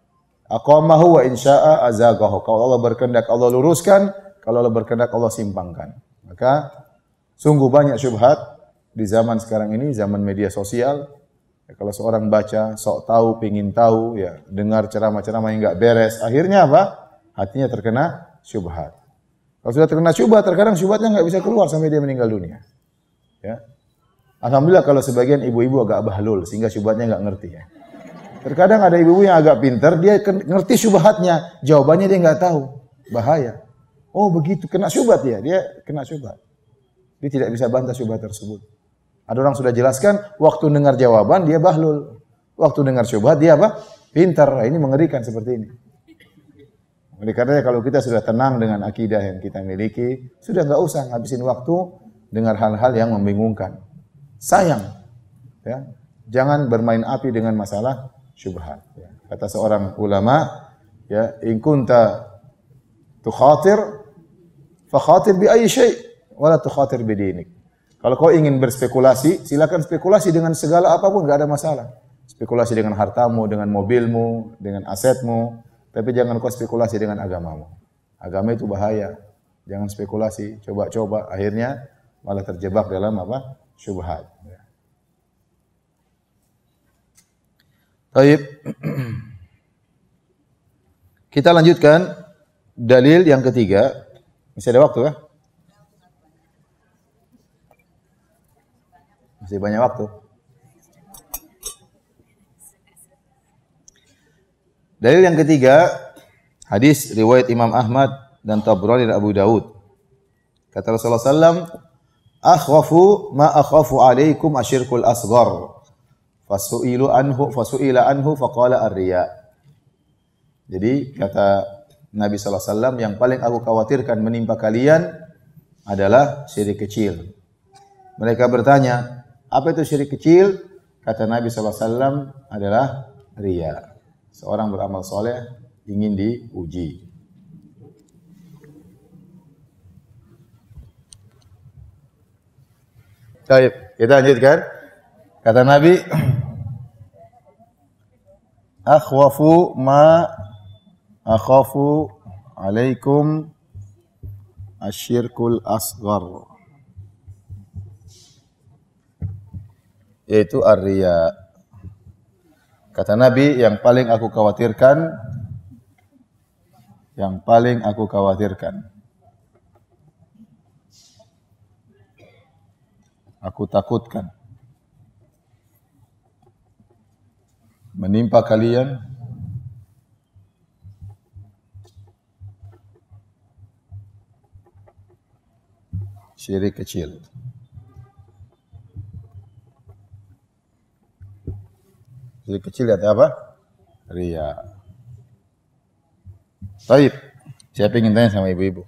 aqamahu wa insya'a azaghahu. Kalau Allah berkehendak Allah luruskan, kalau Allah berkehendak Allah simpangkan. Maka sungguh banyak syubhat di zaman sekarang ini, zaman media sosial. Ya, kalau seorang baca, sok tahu, pengin tahu, ya dengar ceramah-ceramah yang enggak beres, akhirnya apa? Hatinya terkena syubhat. Kalau sudah terkena syubhat, terkadang syubhatnya enggak bisa keluar sampai dia meninggal dunia. Ya. Alhamdulillah kalau sebagian ibu-ibu agak bahlul sehingga syubhatnya enggak ngerti ya. Terkadang ada ibu-ibu yang agak pintar, dia ngerti syubhatnya, jawabannya dia enggak tahu. Bahaya. Oh, begitu kena syubhat ya, dia kena syubhat. Dia tidak bisa bantah syubhat tersebut. Ada orang sudah jelaskan, waktu dengar jawaban dia bahlul. Waktu dengar syubhat dia apa? Pintar. Ini mengerikan seperti ini. Oleh karenanya kalau kita sudah tenang dengan akidah yang kita miliki, sudah enggak usah ngabisin waktu dengar hal-hal yang membingungkan. Sayang. Ya. Jangan bermain api dengan masalah syubhat. Ya. Kata seorang ulama, ya, in kunta tukhatir fa khatir bi ayyi syai' wala tukhatir bi dinik. Kalau kau ingin berspekulasi, silakan spekulasi dengan segala apapun, enggak ada masalah. Spekulasi dengan hartamu, dengan mobilmu, dengan asetmu, tapi jangan kau spekulasi dengan agamamu. Agama itu bahaya. Jangan spekulasi, coba-coba akhirnya malah terjebak dalam apa? Syubhat. Baik. Kita lanjutkan dalil yang ketiga. Masih ada waktu ya? Masih banyak waktu. Dalil yang ketiga, hadis riwayat Imam Ahmad dan Tabrani dan Abu Daud. Kata Rasulullah sallallahu alaihi wasallam, "Akhwafu ma akhafu alaikum asyirkul asghar." Fasu'ilu anhu fasu'ila anhu faqala ar-riya. Jadi kata Nabi sallallahu alaihi wasallam, yang paling aku khawatirkan menimpa kalian adalah syirik kecil. Mereka bertanya, apa itu syirik kecil? Kata Nabi sallallahu alaihi wasallam adalah riya. Seorang beramal soleh ingin diuji. Baik, kita lanjutkan. Kata Nabi, akhwafu ma akhafu alaikum asyirkul asghar. Yaitu ar-riya. Kata Nabi, yang paling aku khawatirkan yang paling aku khawatirkan aku takutkan menimpa kalian syirik kecil. Syirik kecil lihat apa? Riya. Baik. Saya ingin tanya sama ibu-ibu.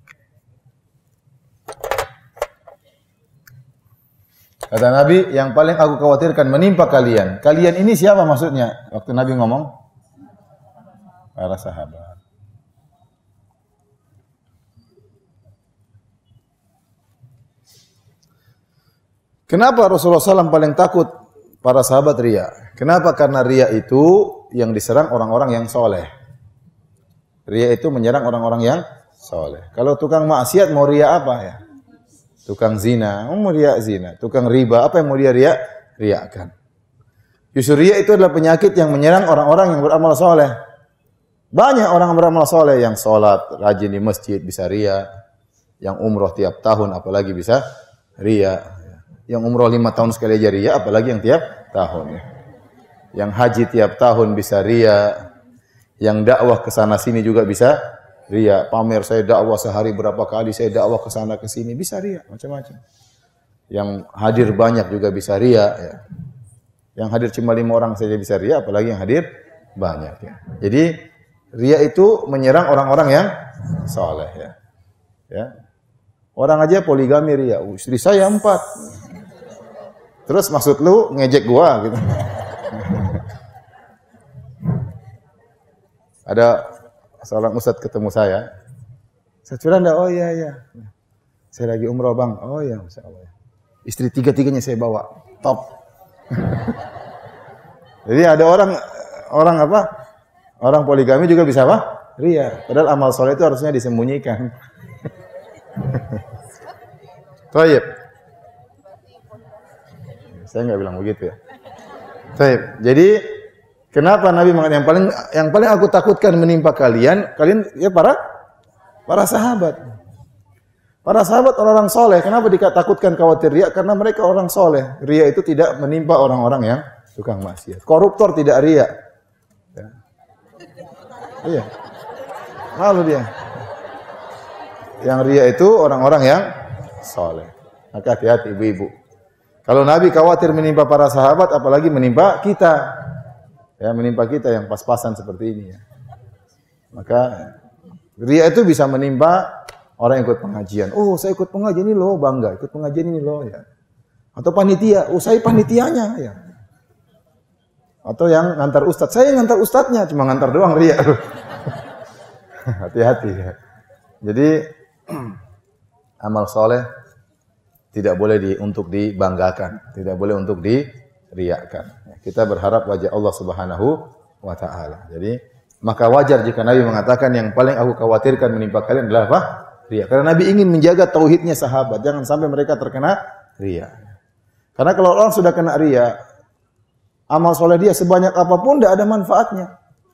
Kata Nabi, yang paling aku khawatirkan menimpa kalian. Kalian ini siapa maksudnya? Waktu Nabi ngomong, para sahabat. Kenapa Rasulullah shallallahu alaihi wasallam paling takut para sahabat riya? Kenapa? Karena riya itu yang diserang orang-orang yang soleh. Riya itu menyerang orang-orang yang soleh. Kalau tukang maksiat mau riya apa ya? Tukang zina, mau riya zina. Tukang riba, apa yang mau dia riya? Riyakan. Justru riya itu adalah penyakit yang menyerang orang-orang yang beramal soleh. Banyak orang beramal soleh yang sholat, rajin di masjid bisa riya. Yang umroh tiap tahun apalagi bisa riya. Yang umroh lima tahun sekali aja riya, apalagi yang tiap tahun. Yang haji tiap tahun bisa riya. Yang dakwah ke sana sini juga bisa riya. Pamer saya dakwah sehari berapa kali, saya dakwah ke sana ke sini, bisa riya, macam-macam. Yang hadir banyak juga bisa riya. Ya. Yang hadir cuma lima orang saja bisa riya, apalagi yang hadir banyak. Ya. Jadi riya itu menyerang orang-orang yang saleh. Ya. Ya. Orang aja poligami riya, uh, istri saya empat. Terus maksud lu ngejek gua gitu. Ada seorang ustadz ketemu saya. Ustadz Firanda, oh iya iya. Saya lagi umroh bang. Oh iya, masya Allah. Istri tiga-tiganya saya bawa. Top. Jadi ada orang orang apa? Orang poligami juga bisa apa? Ria. Padahal amal soleh itu harusnya disembunyikan. Taib. Saya nggak bilang begitu ya. Taib. Jadi kenapa Nabi mengatakan yang paling yang paling aku takutkan menimpa kalian, kalian ya para para sahabat. Para sahabat orang-orang soleh. Kenapa ditakutkan khawatir riya? Karena mereka orang soleh. Riya itu tidak menimpa orang-orang yang tukang maksiat. Koruptor tidak riya. Ya. Iya. Malu dia. Yang riya itu orang-orang yang soleh. Maka hati-hati ibu-ibu. Kalau Nabi khawatir menimpa para sahabat, apalagi menimpa kita. Ya, menimpa kita yang pas-pasan seperti ini ya. Maka riya itu bisa menimpa orang yang ikut pengajian. Oh, saya ikut pengajian ini loh, bangga. Ikut pengajian ini loh ya. Atau panitia, oh saya panitianya ya. Atau yang ngantar ustadz, saya yang ngantar ustadznya, cuma ngantar doang riya. Hati-hati ya. Jadi amal soleh tidak boleh di, untuk dibanggakan, tidak boleh untuk diriakan. Kita berharap wajah Allah Subhanahu wa taala. Jadi maka wajar jika Nabi mengatakan yang paling aku khawatirkan menimpa kalian adalah apa? Riya. Karena Nabi ingin menjaga tauhidnya sahabat, jangan sampai mereka terkena riya. Karena kalau orang sudah kena riya, amal soleh dia sebanyak apapun tidak ada manfaatnya.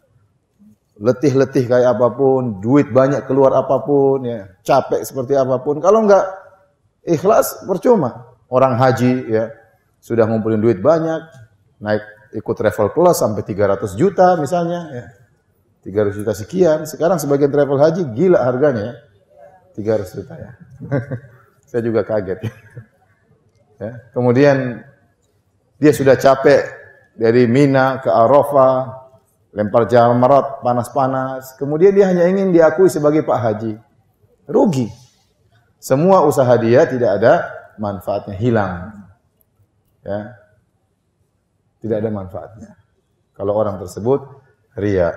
Letih-letih kayak apapun, duit banyak keluar apapun, ya, capek seperti apapun. Kalau enggak ikhlas percuma. Orang haji ya sudah ngumpulin duit banyak, naik ikut travel plus sampai tiga ratus juta misalnya, ya. tiga ratus juta sekian. Sekarang sebagian travel haji gila harganya ya. tiga ratus juta ya. Saya juga kaget ya. Ya. Kemudian dia sudah capek dari Mina ke Arafah, lempar jamarat panas-panas. Kemudian dia hanya ingin diakui sebagai Pak Haji. Rugi. Semua usaha dia tidak ada manfaatnya, hilang. Ya. Tidak ada manfaatnya. Kalau orang tersebut riya.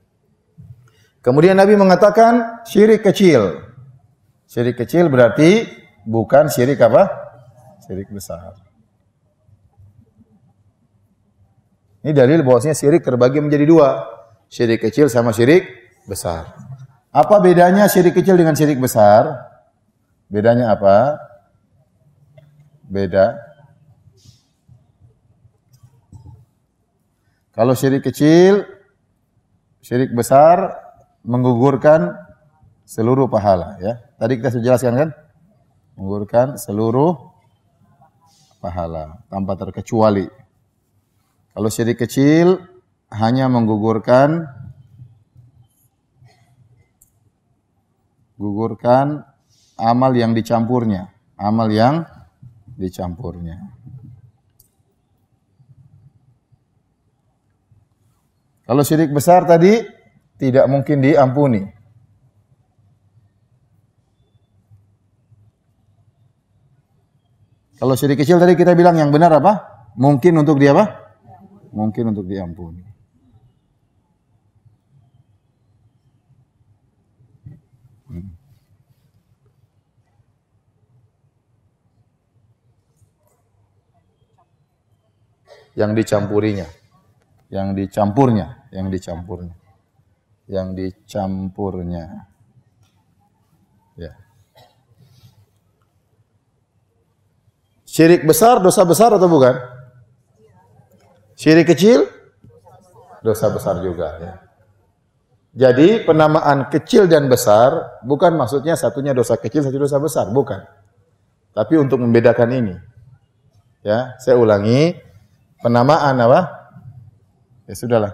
Kemudian Nabi mengatakan syirik kecil. Syirik kecil berarti bukan syirik apa? Syirik besar. Ini dalil bahwasanya syirik terbagi menjadi dua. Syirik kecil sama syirik besar. Apa bedanya syirik kecil dengan syirik besar? Bedanya apa? Beda. Kalau syirik kecil, syirik besar menggugurkan seluruh pahala, ya. Tadi kita sudah jelaskan kan? Menggugurkan seluruh pahala tanpa terkecuali. Kalau syirik kecil hanya menggugurkan gugurkan amal yang dicampurnya, amal yang dicampurnya. Kalau syirik besar tadi tidak mungkin diampuni. Kalau syirik kecil tadi kita bilang yang benar apa? Mungkin untuk dia apa? Mungkin untuk diampuni. Hmm. Yang dicampurinya, yang dicampurnya, yang dicampurnya, yang dicampurnya. Ya. Syirik besar dosa besar atau bukan? Syirik kecil dosa besar juga, ya. Jadi penamaan kecil dan besar bukan maksudnya satunya dosa kecil, satu dosa besar, bukan. Tapi untuk membedakan ini. Ya, saya ulangi. Penamaan apa? Ya sudahlah.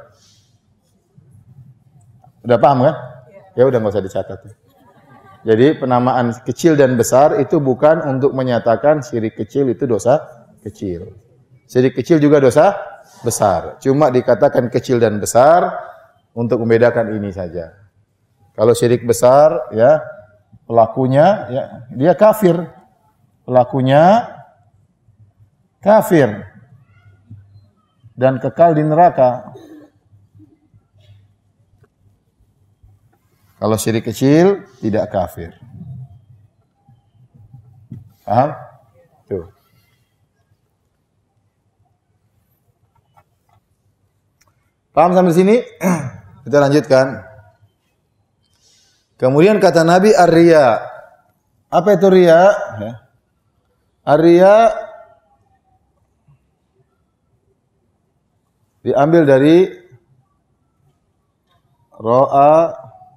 Udah paham kan? Ya udah enggak usah dicatat. Jadi penamaan kecil dan besar itu bukan untuk menyatakan syirik kecil itu dosa kecil. Syirik kecil juga dosa besar. Cuma dikatakan kecil dan besar untuk membedakan ini saja. Kalau syirik besar, ya pelakunya, ya dia kafir. Pelakunya kafir dan kekal di neraka. Kalau syirik kecil tidak kafir. Paham? Tuh. Paham sampai sini? Kita lanjutkan. Kemudian kata Nabi ar-riya. Apa itu riya? Ar-riya diambil dari ra'a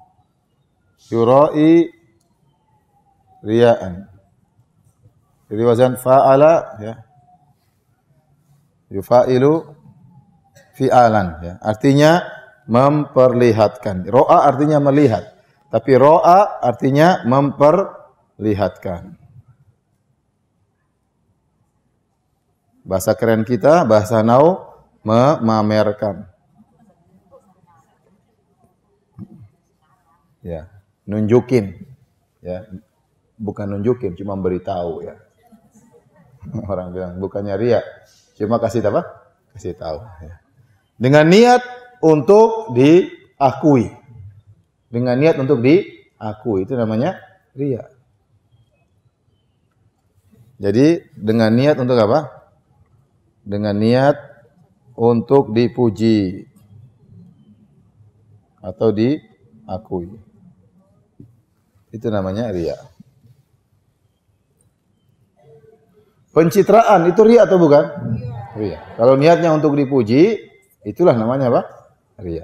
yura'i riya'an. Jadi wazan fa'ala, ya. Yufa'ilu fi'alan, ya. Artinya memperlihatkan. Ro'a artinya melihat, tapi ro'a artinya memperlihatkan. Bahasa keren kita, bahasa now, memamerkan. Ya, nunjukin. Ya, bukan nunjukin, cuma beritahu, ya. Orang bilang bukannya riya, cuma kasih apa? Kasih tahu, ya. Dengan niat untuk diakui. Dengan niat untuk diakui. Itu namanya riya. Jadi dengan niat untuk apa? Dengan niat untuk dipuji. Atau diakui. Itu namanya riya. Pencitraan itu riya atau bukan? Riya. Kalau niatnya untuk dipuji, itulah namanya apa? Riya.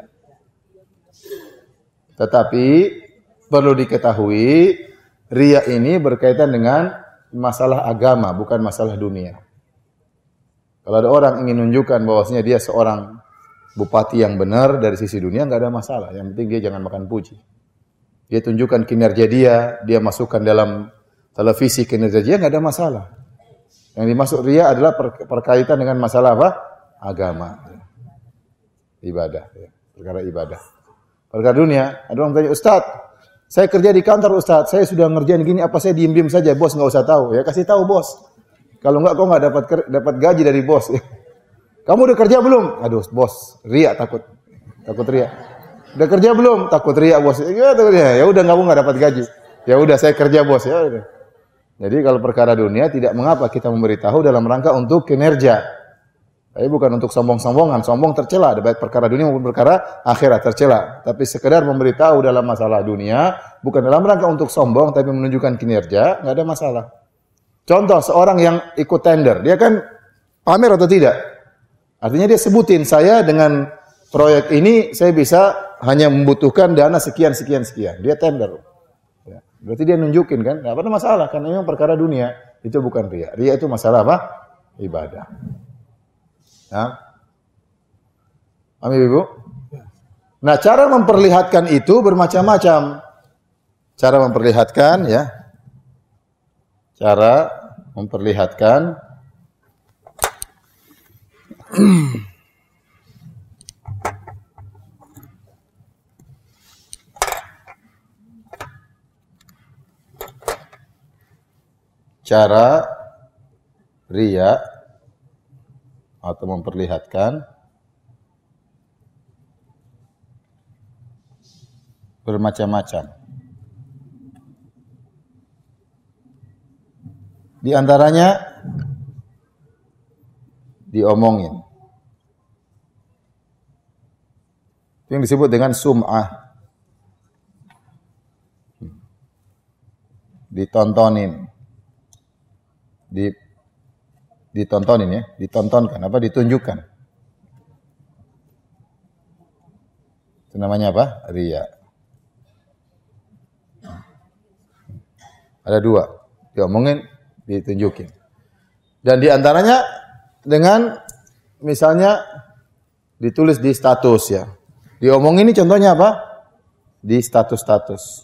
Tetapi perlu diketahui riya ini berkaitan dengan masalah agama, bukan masalah dunia. Kalau ada orang ingin menunjukkan bahwasanya dia seorang bupati yang benar dari sisi dunia, enggak ada masalah. Yang penting dia jangan makan puji. Dia tunjukkan kinerja dia, dia masukkan dalam televisi kinerja dia, enggak ada masalah. Yang dimaksud riya adalah perkaitan dengan masalah apa? Agama. Ibadah, ya. Perkara ibadah. Perkara dunia, ada orang tanya, Ustaz, saya kerja di kantor Ustaz, saya sudah ngerjain gini, apa saya diem-diem saja, bos nggak usah tahu. Ya kasih tahu bos. Kalau enggak, kau nggak dapat dapat gaji dari bos. Kamu udah kerja belum? Aduh, bos, riya takut, takut riya. Udah kerja belum? Takut riya bos. Ya, ya udah kamu nggak dapat gaji. Ya udah saya kerja bos. Ya udah. Jadi kalau perkara dunia tidak mengapa kita memberitahu dalam rangka untuk kinerja. Tapi bukan untuk sombong-sombongan, sombong tercela, ada baik perkara dunia maupun perkara akhirat tercela. Tapi sekedar memberitahu dalam masalah dunia, bukan dalam rangka untuk sombong, tapi menunjukkan kinerja, nggak ada masalah. Contoh, seorang yang ikut tender, dia kan pamer atau tidak? Artinya dia sebutin, saya dengan proyek ini, saya bisa hanya membutuhkan dana sekian, sekian, sekian. Dia tender. Ya. Berarti dia nunjukin kan, nggak ada masalah, karena memang perkara dunia, itu bukan riya. Riya itu masalah apa? Ibadah. Ya. Amin Ibu? Nah, cara memperlihatkan itu bermacam-macam. Cara memperlihatkan ya. Cara memperlihatkan cara riya atau memperlihatkan bermacam-macam. Di antaranya diomongin. Itu yang disebut dengan sum'ah. Ditontonin. Di ditontonin ya, ditontonkan apa ditunjukkan. Itu namanya apa? Riya. Ada dua, diomongin, ditunjukin. Dan di antaranya dengan misalnya ditulis di status ya. Diomongin ini contohnya apa? Di status-status.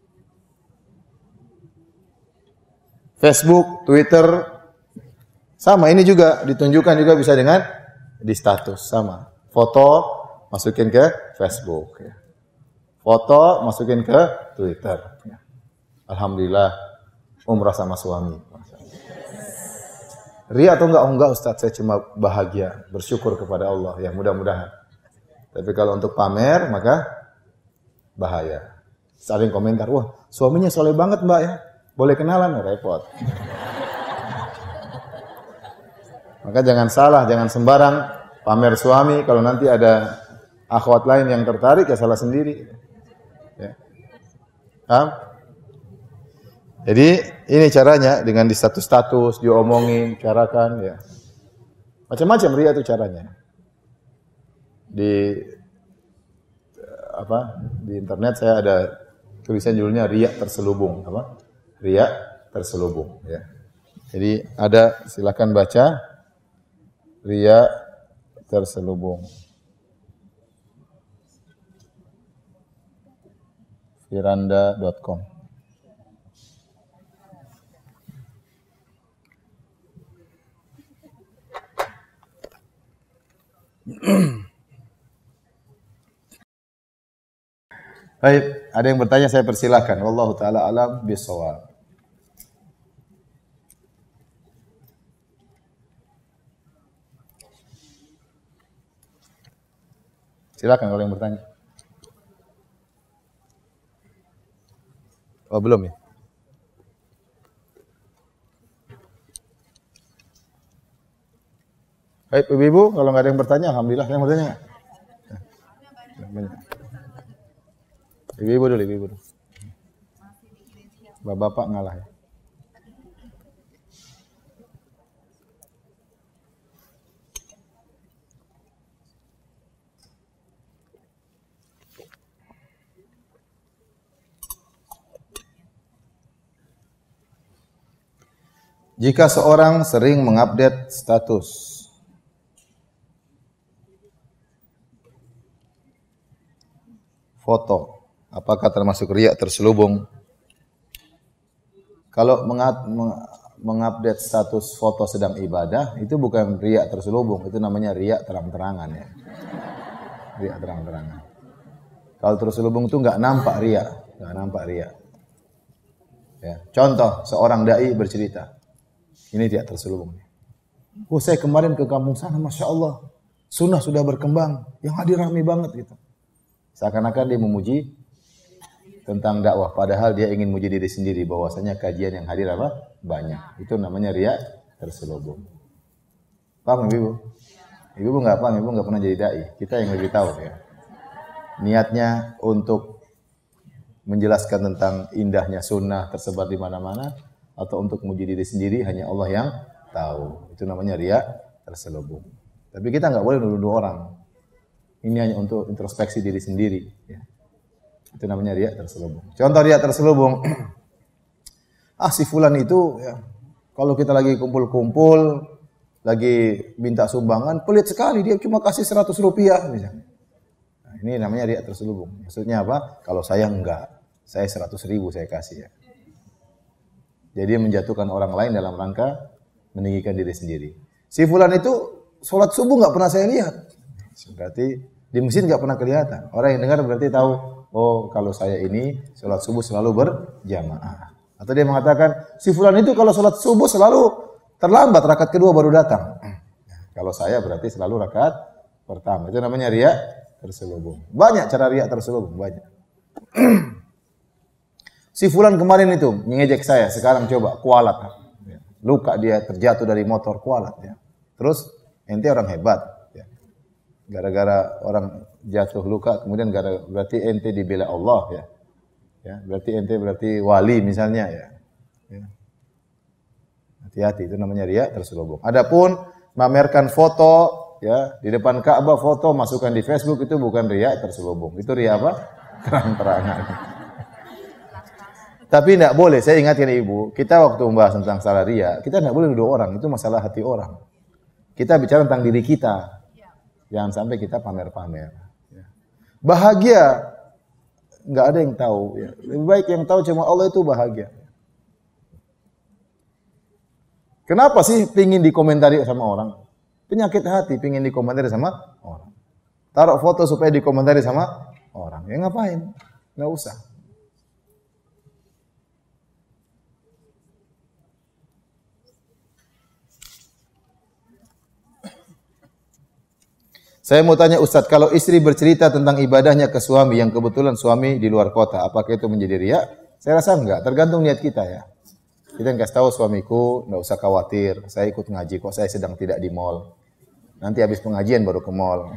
Facebook, Twitter, sama ini juga ditunjukkan juga bisa dengan di status sama. Foto masukin ke Facebook, ya. Foto masukin ke Twitter. Ya. Alhamdulillah umrah sama suami. Ria atau enggak? Oh, enggak Ustaz, saya cuma bahagia, bersyukur kepada Allah ya mudah-mudahan. Tapi kalau untuk pamer maka bahaya. Saling komentar, wah suaminya soleh banget mbak ya. Boleh kenalan, repot. Maka jangan salah, jangan sembarang pamer suami. Kalau nanti ada akhwat lain yang tertarik, ya salah sendiri. Ya. Paham? Jadi ini caranya dengan di status-status, diomongin, carakan, ya. Macam-macam ria itu caranya. Di apa? Di internet saya ada tulisan judulnya ria terselubung, apa? Ria terselubung, ya. Jadi ada, silakan baca ria terselubung. firanda dot com. Baik, ada yang bertanya saya persilahkan. Wallahu taala alam bisawab. Silakan kalau yang bertanya. Oh, belum ya? Baik, ibu-ibu, kalau nggak ada yang bertanya, alhamdulillah. Yang bertanya nggak? Ibu-ibu dulu, ibu-ibu dulu. Bapak-bapak ngalah ya. Jika seorang sering mengupdate status foto, apakah termasuk riya terselubung? Kalau mengupdate status foto sedang ibadah, itu bukan riya terselubung, itu namanya riya terang-terangan ya. Riya terang-terangan. Kalau terselubung itu nggak nampak riya, nggak nampak riya. Ya. Contoh, seorang dai bercerita. Ini tidak terselubung. Oh, saya kemarin ke kampung sana, masya Allah, sunnah sudah berkembang, yang hadir ramai banget gitu. Seakan-akan dia memuji tentang dakwah, padahal dia ingin muji diri sendiri bahwasanya kajian yang hadir apa? Banyak. Itu namanya riya terselubung. Paham Ibu? Ibu enggak paham, Ibu enggak pernah jadi dai. Kita yang lebih tahu ya. Niatnya untuk menjelaskan tentang indahnya sunnah tersebar di mana-mana atau untuk muji diri sendiri hanya Allah yang tahu. Itu namanya riya terselubung. Tapi kita enggak boleh nuduh orang. Ini hanya untuk introspeksi diri sendiri ya. Itu namanya riya terselubung. Contoh riya terselubung. Ah si fulan itu ya, kalau kita lagi kumpul-kumpul, lagi minta sumbangan, pelit sekali dia cuma kasih seratus rupiah misalnya. Nah, ini namanya riya terselubung. Maksudnya apa? Kalau saya enggak, saya seratus ribu saya kasih ya. Jadi menjatuhkan orang lain dalam rangka meninggikan diri sendiri. Si fulan itu sholat subuh enggak pernah saya lihat. Berarti di masjid enggak pernah kelihatan. Orang yang dengar berarti tahu. Oh, kalau saya ini sholat subuh selalu berjamaah. Atau dia mengatakan, si fulan itu kalau sholat subuh selalu terlambat, rakaat kedua baru datang. Kalau saya berarti selalu rakaat pertama. Itu namanya riya terselubung. Banyak cara riya terselubung, banyak. Si fulan kemarin itu mengejek saya, sekarang coba kualat. Luka dia terjatuh dari motor kualat. Ya. Terus ente orang hebat. Ya. Gara-gara orang jatuh luka, kemudian gara berarti ente dibela Allah ya. Ya, berarti ente berarti wali misalnya ya. Ya. Hati-hati itu namanya riya terselubung. Adapun memamerkan foto ya di depan Ka'bah foto masukkan di Facebook itu bukan riya terselubung. Itu riya apa? Terang-terangan. Tapi tidak boleh, saya ingatkan Ibu, kita waktu membahas tentang salah riya, kita tidak boleh nuduh orang, itu masalah hati orang. Kita bicara tentang diri kita. Jangan sampai kita pamer-pamer. Bahagia enggak ada yang tahu ya. Lebih baik yang tahu cuma Allah itu bahagia. Kenapa sih pingin dikomentari sama orang? Penyakit hati pingin dikomentari sama orang. Taruh foto supaya dikomentari sama orang. Ya ngapain? Enggak usah. Saya mau tanya Ustadz, kalau istri bercerita tentang ibadahnya ke suami yang kebetulan suami di luar kota, apakah itu menjadi riya? Saya rasa enggak, tergantung niat kita ya. Kita yang kasih tahu suamiku, enggak usah khawatir, saya ikut ngaji kok, saya sedang tidak di mall. Nanti habis pengajian baru ke mall.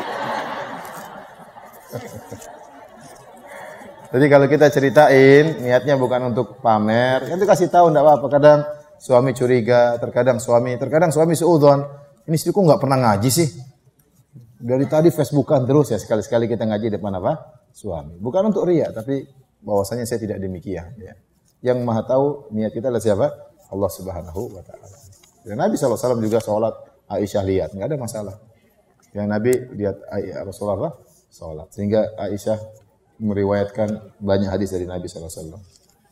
Jadi kalau kita ceritain, niatnya bukan untuk pamer, itu kasih tahu enggak apa-apa. Kadang suami curiga, terkadang suami, terkadang suami suudzon. Ini istriku enggak pernah ngaji sih. Dari tadi Facebookan terus ya, sekali-sekali kita ngaji depan apa? Suami. Bukan untuk riya, tapi bahwasanya saya tidak demikian. Ya. Yang maha tahu niat kita adalah siapa? Allah Subhanahu wa Ta'ala. Dan Nabi shallallahu alaihi wasallam juga sholat, Aisyah lihat, nggak ada masalah. Yang Nabi lihat Rasulullah sholat, sehingga Aisyah meriwayatkan banyak hadis dari Nabi shallallahu alaihi wasallam.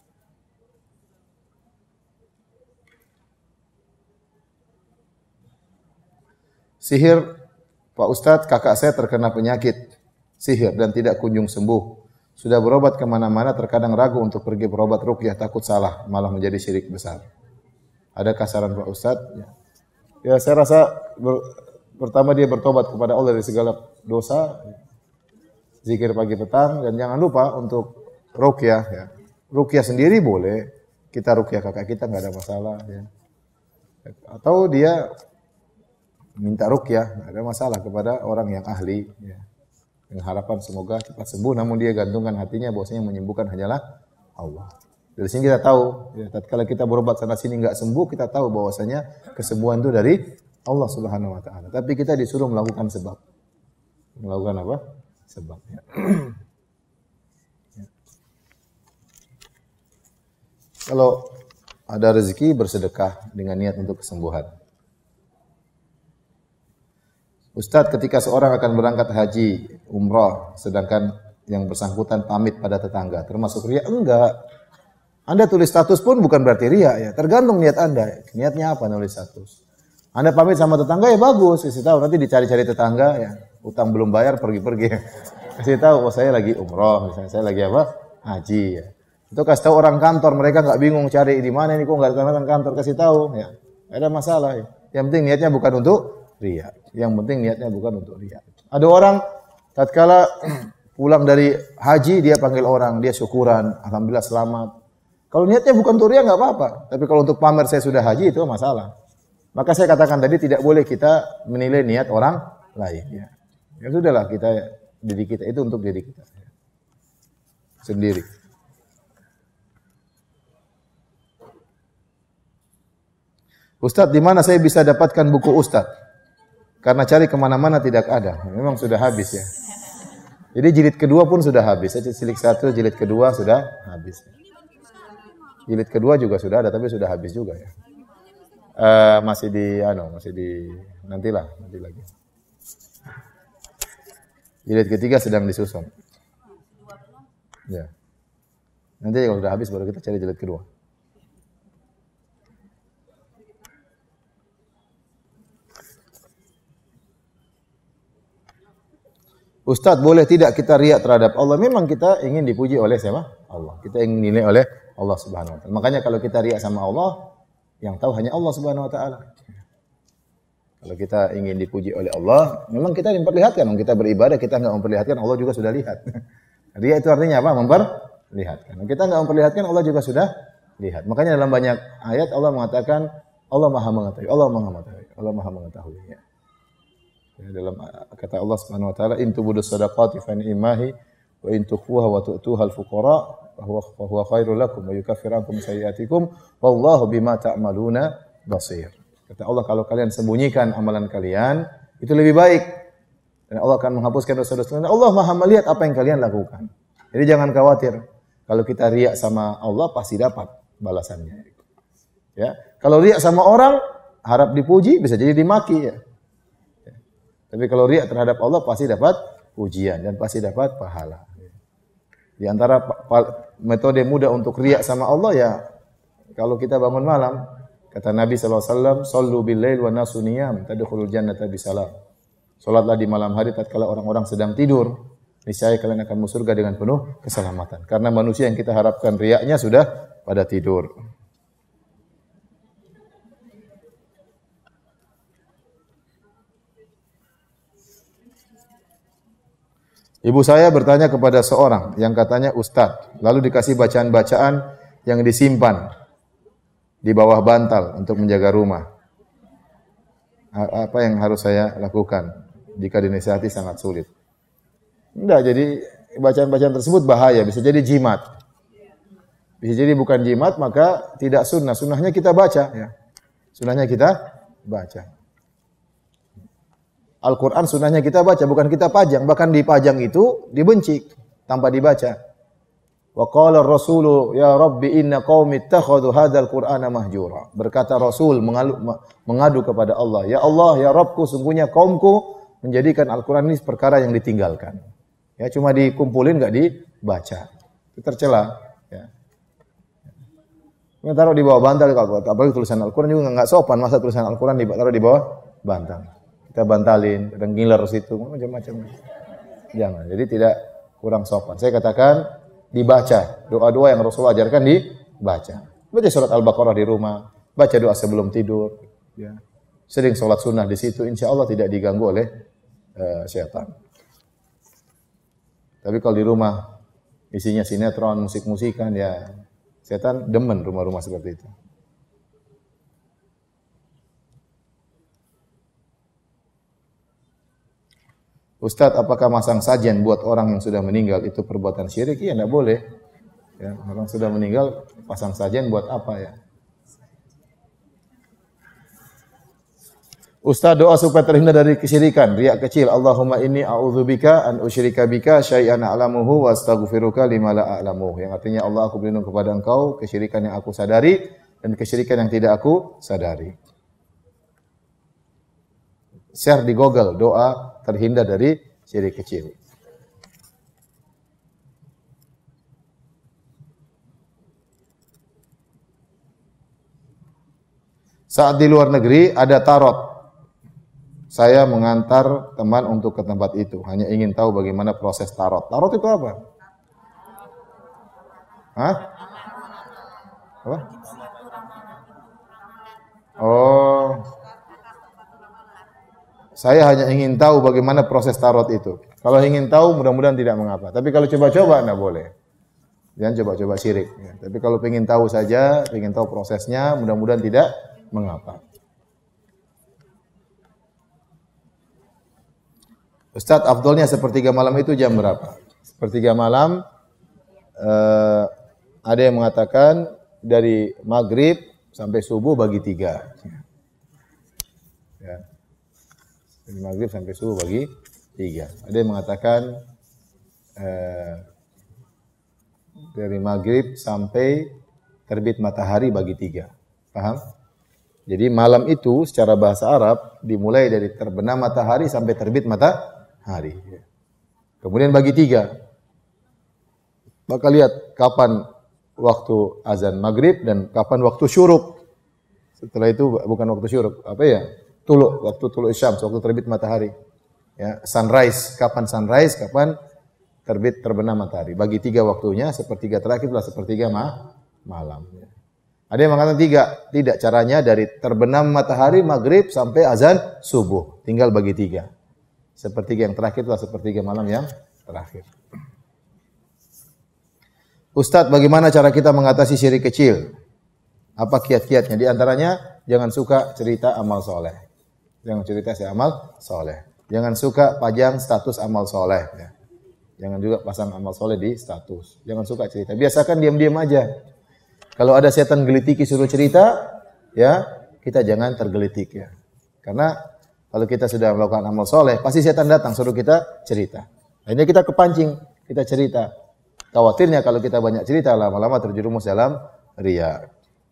Sihir, Pak Ustadz, kakak saya terkena penyakit sihir dan tidak kunjung sembuh. Sudah berobat kemana-mana, terkadang ragu untuk pergi berobat ruqyah, takut salah, malah menjadi syirik besar. Adakah saran Pak Ustadz? Ya, ya saya rasa ber, pertama dia bertobat kepada Allah dari segala dosa, zikir pagi petang, dan jangan lupa untuk ruqyah. Ya. Ruqyah sendiri boleh, kita ruqyah kakak kita nggak ada masalah. Ya. Atau dia minta ruqyah, ada masalah kepada orang yang ahli ya. Dengan harapan semoga cepat sembuh, namun dia gantungkan hatinya bahwasanya yang menyembuhkan hanyalah Allah. Dari sini kita tahu ya, tatkala kita berobat sana sini enggak sembuh, kita tahu bahwasanya kesembuhan itu dari Allah Subhanahu wa taala. Tapi kita disuruh melakukan sebab. Melakukan apa? Sebab ya. Ya. Kalau ada rezeki bersedekah dengan niat untuk kesembuhan. Ustadz, ketika seorang akan berangkat haji, umrah, sedangkan yang bersangkutan pamit pada tetangga, termasuk riya? Enggak. Anda tulis status pun bukan berarti riya ya. Tergantung niat Anda. Niatnya apa nulis status? Anda pamit sama tetangga ya bagus, kasih tahu nanti dicari-cari tetangga ya. Utang belum bayar pergi-pergi. Kasih tahu, oh saya lagi umrah, misalnya saya lagi apa? Haji ya. Itu kasih tahu orang kantor, mereka enggak bingung cari di mana ini kok enggak datang kantor, kasih tahu ya. Enggak ada masalah ya. Yang penting niatnya bukan untuk riya. Yang penting niatnya bukan untuk riya. Ada orang tatkala Pulang dari haji dia panggil orang, dia syukuran, alhamdulillah selamat. Kalau niatnya bukan untuk riya enggak apa-apa, tapi kalau untuk pamer saya sudah haji itu masalah. Maka saya katakan tadi tidak boleh kita menilai niat orang lain ya. Ya sudahlah kita diri kita itu untuk diri kita sendiri. Ustadz, di mana saya bisa dapatkan buku Ustadz? Karena cari kemana-mana tidak ada. Memang sudah habis ya. Jadi jilid kedua pun sudah habis. Jilid satu, jilid kedua sudah habis. Jilid kedua juga sudah ada, tapi sudah habis juga ya. Uh, masih di, ano, masih di, nantilah, nanti lagi. Jilid ketiga sedang disusun. Ya. Nanti kalau sudah habis baru kita cari jilid kedua. Ustadz, boleh tidak kita riak terhadap Allah? Memang kita ingin dipuji oleh siapa? Allah. Kita ingin dinilai oleh Allah Subhanahu wa taala. Makanya kalau kita riak sama Allah, yang tahu hanya Allah Subhanahu wa taala. Kalau kita ingin dipuji oleh Allah, memang kita memperlihatkan. Kalau kita beribadah, kita enggak memperlihatkan, Allah juga sudah lihat. Riak itu artinya apa? Memperlihatkan. Kita enggak memperlihatkan, Allah juga sudah lihat. Makanya dalam banyak ayat Allah mengatakan Allah Maha mengetahui, Allah Maha mengetahui, Allah Maha mengetahui. Ya. Dalam kata Allah Subhanahu wa taala, in tubudus shadaqati fa ni'mahi wa in tukhfuha wa tu'tuha al-fuqara fa huwa fa huwa khairul lakum wa yukaffiru ankum sayyi'atikum wallahu bima ta'maluna basir. Kata Allah, kalau kalian sembunyikan amalan kalian itu lebih baik dan Allah akan menghapuskan dosa-dosa kalian. Allah Maha melihat apa yang kalian lakukan. Jadi jangan khawatir. Kalau kita riak sama Allah pasti dapat balasannya. Ya. Kalau riak sama orang harap dipuji bisa jadi dimaki ya. Tapi kalau riak terhadap Allah pasti dapat pujian dan pasti dapat pahala. Di antara metode mudah untuk riak sama Allah ya kalau kita bangun malam, kata Nabi sallallahu alaihi wasallam, "Shallu bil lail wa nasu niyam, tadkhulul jannata bisalam." Salatlah di malam hari tatkala orang-orang sedang tidur, niscaya kalian akan masuk surga dengan penuh keselamatan. Karena manusia yang kita harapkan riaknya sudah pada tidur. Ibu saya bertanya kepada seorang yang katanya ustadz, lalu dikasih bacaan-bacaan yang disimpan di bawah bantal untuk menjaga rumah. Apa yang harus saya lakukan? Jika dinasihati sangat sulit. Enggak, jadi bacaan-bacaan tersebut bahaya, bisa jadi jimat. Bisa jadi bukan jimat, maka tidak sunnah. Sunnahnya kita baca. Ya. Sunnahnya kita baca. Al-Quran sunnahnya kita baca, bukan kita pajang. Bahkan dipajang itu dibenci tanpa dibaca. Wa qala ar-rasulu ya rabbi inna qaumi ittakhadhu hadzal qur'ana mahjura. Berkata Rasul mengalu, mengadu kepada Allah, ya Allah, ya Rabbku, sungguhnya kaumku menjadikan Al-Quran ini perkara yang ditinggalkan. Ya cuma dikumpulin enggak dibaca. Itu tercela, ya. Taruh di bawah bantal, apalagi tulisan Al-Quran juga enggak sopan, masa tulisan Al-Quran ditaruh di bawah bantal. Kita bantalin, kadang ngiler situ, macam-macam. Jangan. Jadi tidak kurang sopan. Saya katakan dibaca. Doa-doa yang Rasulullah ajarkan dibaca. Baca surat Al-Baqarah di rumah, baca doa sebelum tidur, ya. Sering sholat sunnah di situ, insya Allah tidak diganggu oleh uh, syaitan. Tapi kalau di rumah isinya sinetron, musik-musikan, ya syaitan demen rumah-rumah seperti itu. Ustadz, apakah masang sajen buat orang yang sudah meninggal itu perbuatan syirik? Iya, tidak boleh. Ya, orang sudah meninggal pasang sajen buat apa ya? Ustadz, doa supaya terhindar dari kesyirikan, riak kecil. Allahumma inni a'udzubika an usyrika bika syai'an a'lamuhu wa astaghfiruka lima la a'lamuhu. Yang artinya Allah, aku berlindung kepada Engkau kesyirikan yang aku sadari dan kesyirikan yang tidak aku sadari. Share di Google doa terhindar dari syirik kecil. Saat di luar negeri ada tarot. Saya mengantar teman untuk ke tempat itu. Hanya ingin tahu bagaimana proses tarot. Tarot itu apa? Hah? Apa? Oh. Saya hanya ingin tahu bagaimana proses tarot itu. Kalau ingin tahu mudah-mudahan tidak mengapa. Tapi kalau coba-coba enggak boleh. Jangan coba-coba syirik. Ya. Tapi kalau ingin tahu saja, ingin tahu prosesnya, mudah-mudahan tidak mengapa. Ustaz, afdolnya sepertiga malam itu jam berapa? Sepertiga malam, eh, ada yang mengatakan dari maghrib sampai subuh bagi tiga. Ya. Dari maghrib sampai subuh bagi tiga. Ada yang mengatakan eh, dari maghrib sampai terbit matahari bagi tiga. Paham? Jadi malam itu secara bahasa Arab dimulai dari terbenam matahari sampai terbit matahari. Kemudian bagi tiga. Maka lihat kapan waktu azan maghrib dan kapan waktu syuruk. Setelah itu bukan waktu syuruk, apa ya? Tulu, waktu tulu syams, waktu terbit matahari. Ya, sunrise, kapan sunrise, kapan terbit terbenam matahari. Bagi tiga waktunya, sepertiga terakhir adalah sepertiga ma malam. Ada yang mengatakan tiga, tidak. Caranya dari terbenam matahari maghrib sampai azan subuh, tinggal bagi tiga. Sepertiga yang terakhir adalah sepertiga malam yang terakhir. Ustadz, bagaimana cara kita mengatasi syirik kecil? Apa kiat-kiatnya? Di antaranya, jangan suka cerita amal soleh. Jangan cerita saya amal soleh. Jangan suka pajang status amal soleh. Ya. Jangan juga pasang amal soleh di status. Jangan suka cerita. Biasakan diam-diam aja. Kalau ada setan gelitiki suruh cerita, ya kita jangan tergelitik ya. Karena kalau kita sudah melakukan amal soleh, pasti setan datang suruh kita cerita. Akhirnya kita kepancing, kita cerita. Khawatirnya kalau kita banyak cerita, lama-lama terjerumus dalam riya.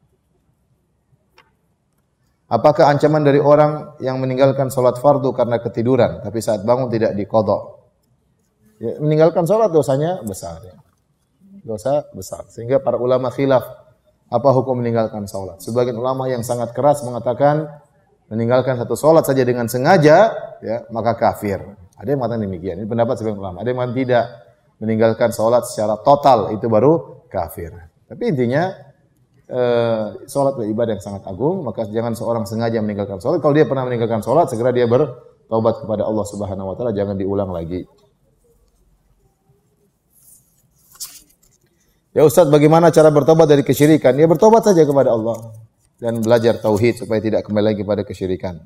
Apakah ancaman dari orang yang meninggalkan sholat fardu karena ketiduran, tapi saat bangun tidak diqadha? Ya, meninggalkan sholat dosanya besar. Ya. Dosa besar. Sehingga para ulama khilaf, apa hukum meninggalkan sholat? Sebagian ulama yang sangat keras mengatakan, meninggalkan satu sholat saja dengan sengaja, ya maka kafir. Ada yang mengatakan demikian. Ini pendapat sebagian ulama. Ada yang mengatakan tidak. Meninggalkan sholat secara total itu baru kafir. Tapi intinya eh, sholat adalah ibadah yang sangat agung, maka jangan seorang sengaja meninggalkan sholat. Kalau dia pernah meninggalkan sholat, segera dia bertobat kepada Allah Subhanahu Wa Taala, jangan diulang lagi. Ya Ustaz, bagaimana cara bertobat dari kesyirikan? Ya bertobat saja kepada Allah dan belajar tauhid supaya tidak kembali lagi pada kesyirikan.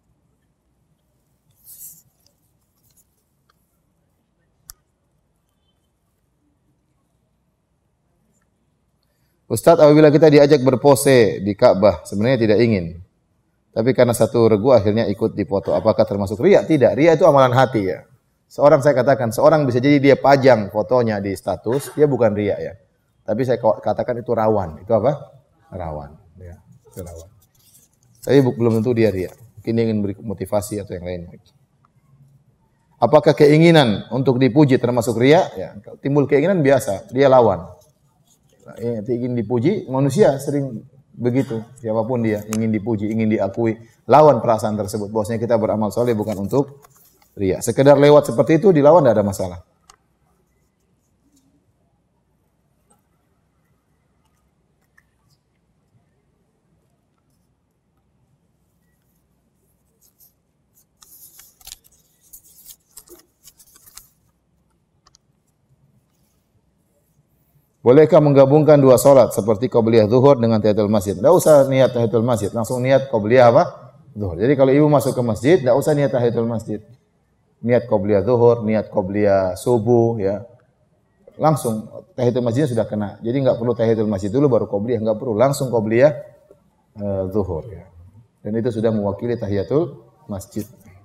Ustaz, apabila kita diajak berpose di Ka'bah, sebenarnya tidak ingin. Tapi karena satu regu akhirnya ikut dipoto. Apakah termasuk riya? Tidak. Riya itu amalan hati ya. Seorang saya katakan, seorang bisa jadi dia pajang fotonya di status, dia bukan riya ya. Tapi saya katakan itu rawan. Itu apa? Rawan. Ya, itu rawan. Tapi belum tentu dia riya. Mungkin dia ingin beri motivasi atau yang lain. Apakah keinginan untuk dipuji termasuk riya? Ya, timbul keinginan biasa, dia lawan. Yang ingin dipuji, manusia sering begitu. Siapapun dia, ingin dipuji, ingin diakui. Lawan perasaan tersebut. Bahwasanya kita beramal soleh bukan untuk riya. Sekedar lewat seperti itu, dilawan tidak ada masalah. Bolehkah menggabungkan dua salat seperti qabliyah zuhur dengan tahiyatul masjid? Enggak usah niat tahiyatul masjid, langsung niat qabliyah apa? Zuhur. Jadi kalau ibu masuk ke masjid, enggak usah niat tahiyatul masjid. Niat qabliyah zuhur, niat qabliyah subuh ya. Langsung tahiyatul masjidnya sudah kena. Jadi enggak perlu tahiyatul masjid dulu baru qabliyah, enggak perlu, langsung qabliyah uh, zuhur ya. Dan itu sudah mewakili tahiyatul masjid.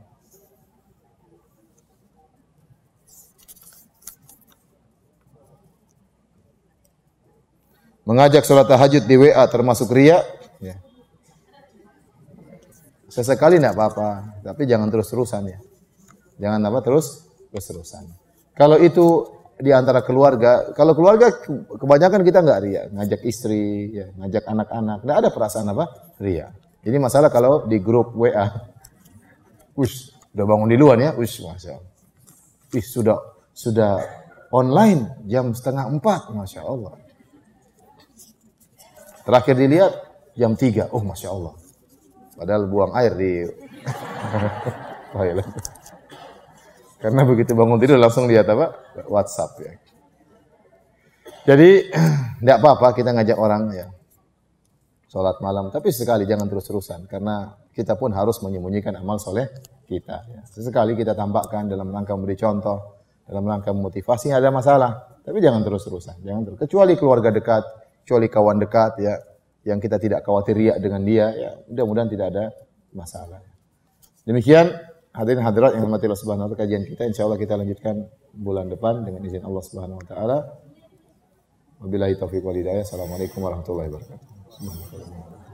Mengajak sholat tahajud di W A termasuk riya? Ya. Sesekali tidak apa-apa, tapi jangan terus-terusan ya. Jangan apa terus terus-terusan. Kalau itu di antara keluarga, kalau keluarga kebanyakan kita enggak riya, ngajak istri, ya, ngajak anak-anak, enggak ada perasaan apa? Riya. Ini masalah kalau di grup W A. Ush, udah bangun di luar ya, ush, masya Allah. Ih, sudah sudah online jam setengah empat, masya Allah. Terakhir dilihat jam tiga. Oh, Masya Allah. Padahal buang air di toilet. Karena begitu bangun tidur langsung lihat apa? WhatsApp ya. Jadi tidak apa-apa kita ngajak orang ya sholat malam, tapi sekali jangan terus-terusan karena kita pun harus menyembunyikan amal soleh kita. Ya. Sesekali kita tampakkan dalam rangka memberi contoh, dalam rangka motivasi ada masalah, tapi jangan terus-terusan, jangan terus. Kecuali keluarga dekat, kecuali kawan dekat ya, yang kita tidak khawatir riak dengan dia, ya mudah-mudahan tidak ada masalah. Demikian hadirin hadirat yang dirahmati Allah Subhanahu wa taala kajian kita, insyaallah kita lanjutkan bulan depan dengan izin Allah Subhanahu wa taala. Wabillahi taufiq wal hidayah. Assalamualaikum warahmatullahi wabarakatuh.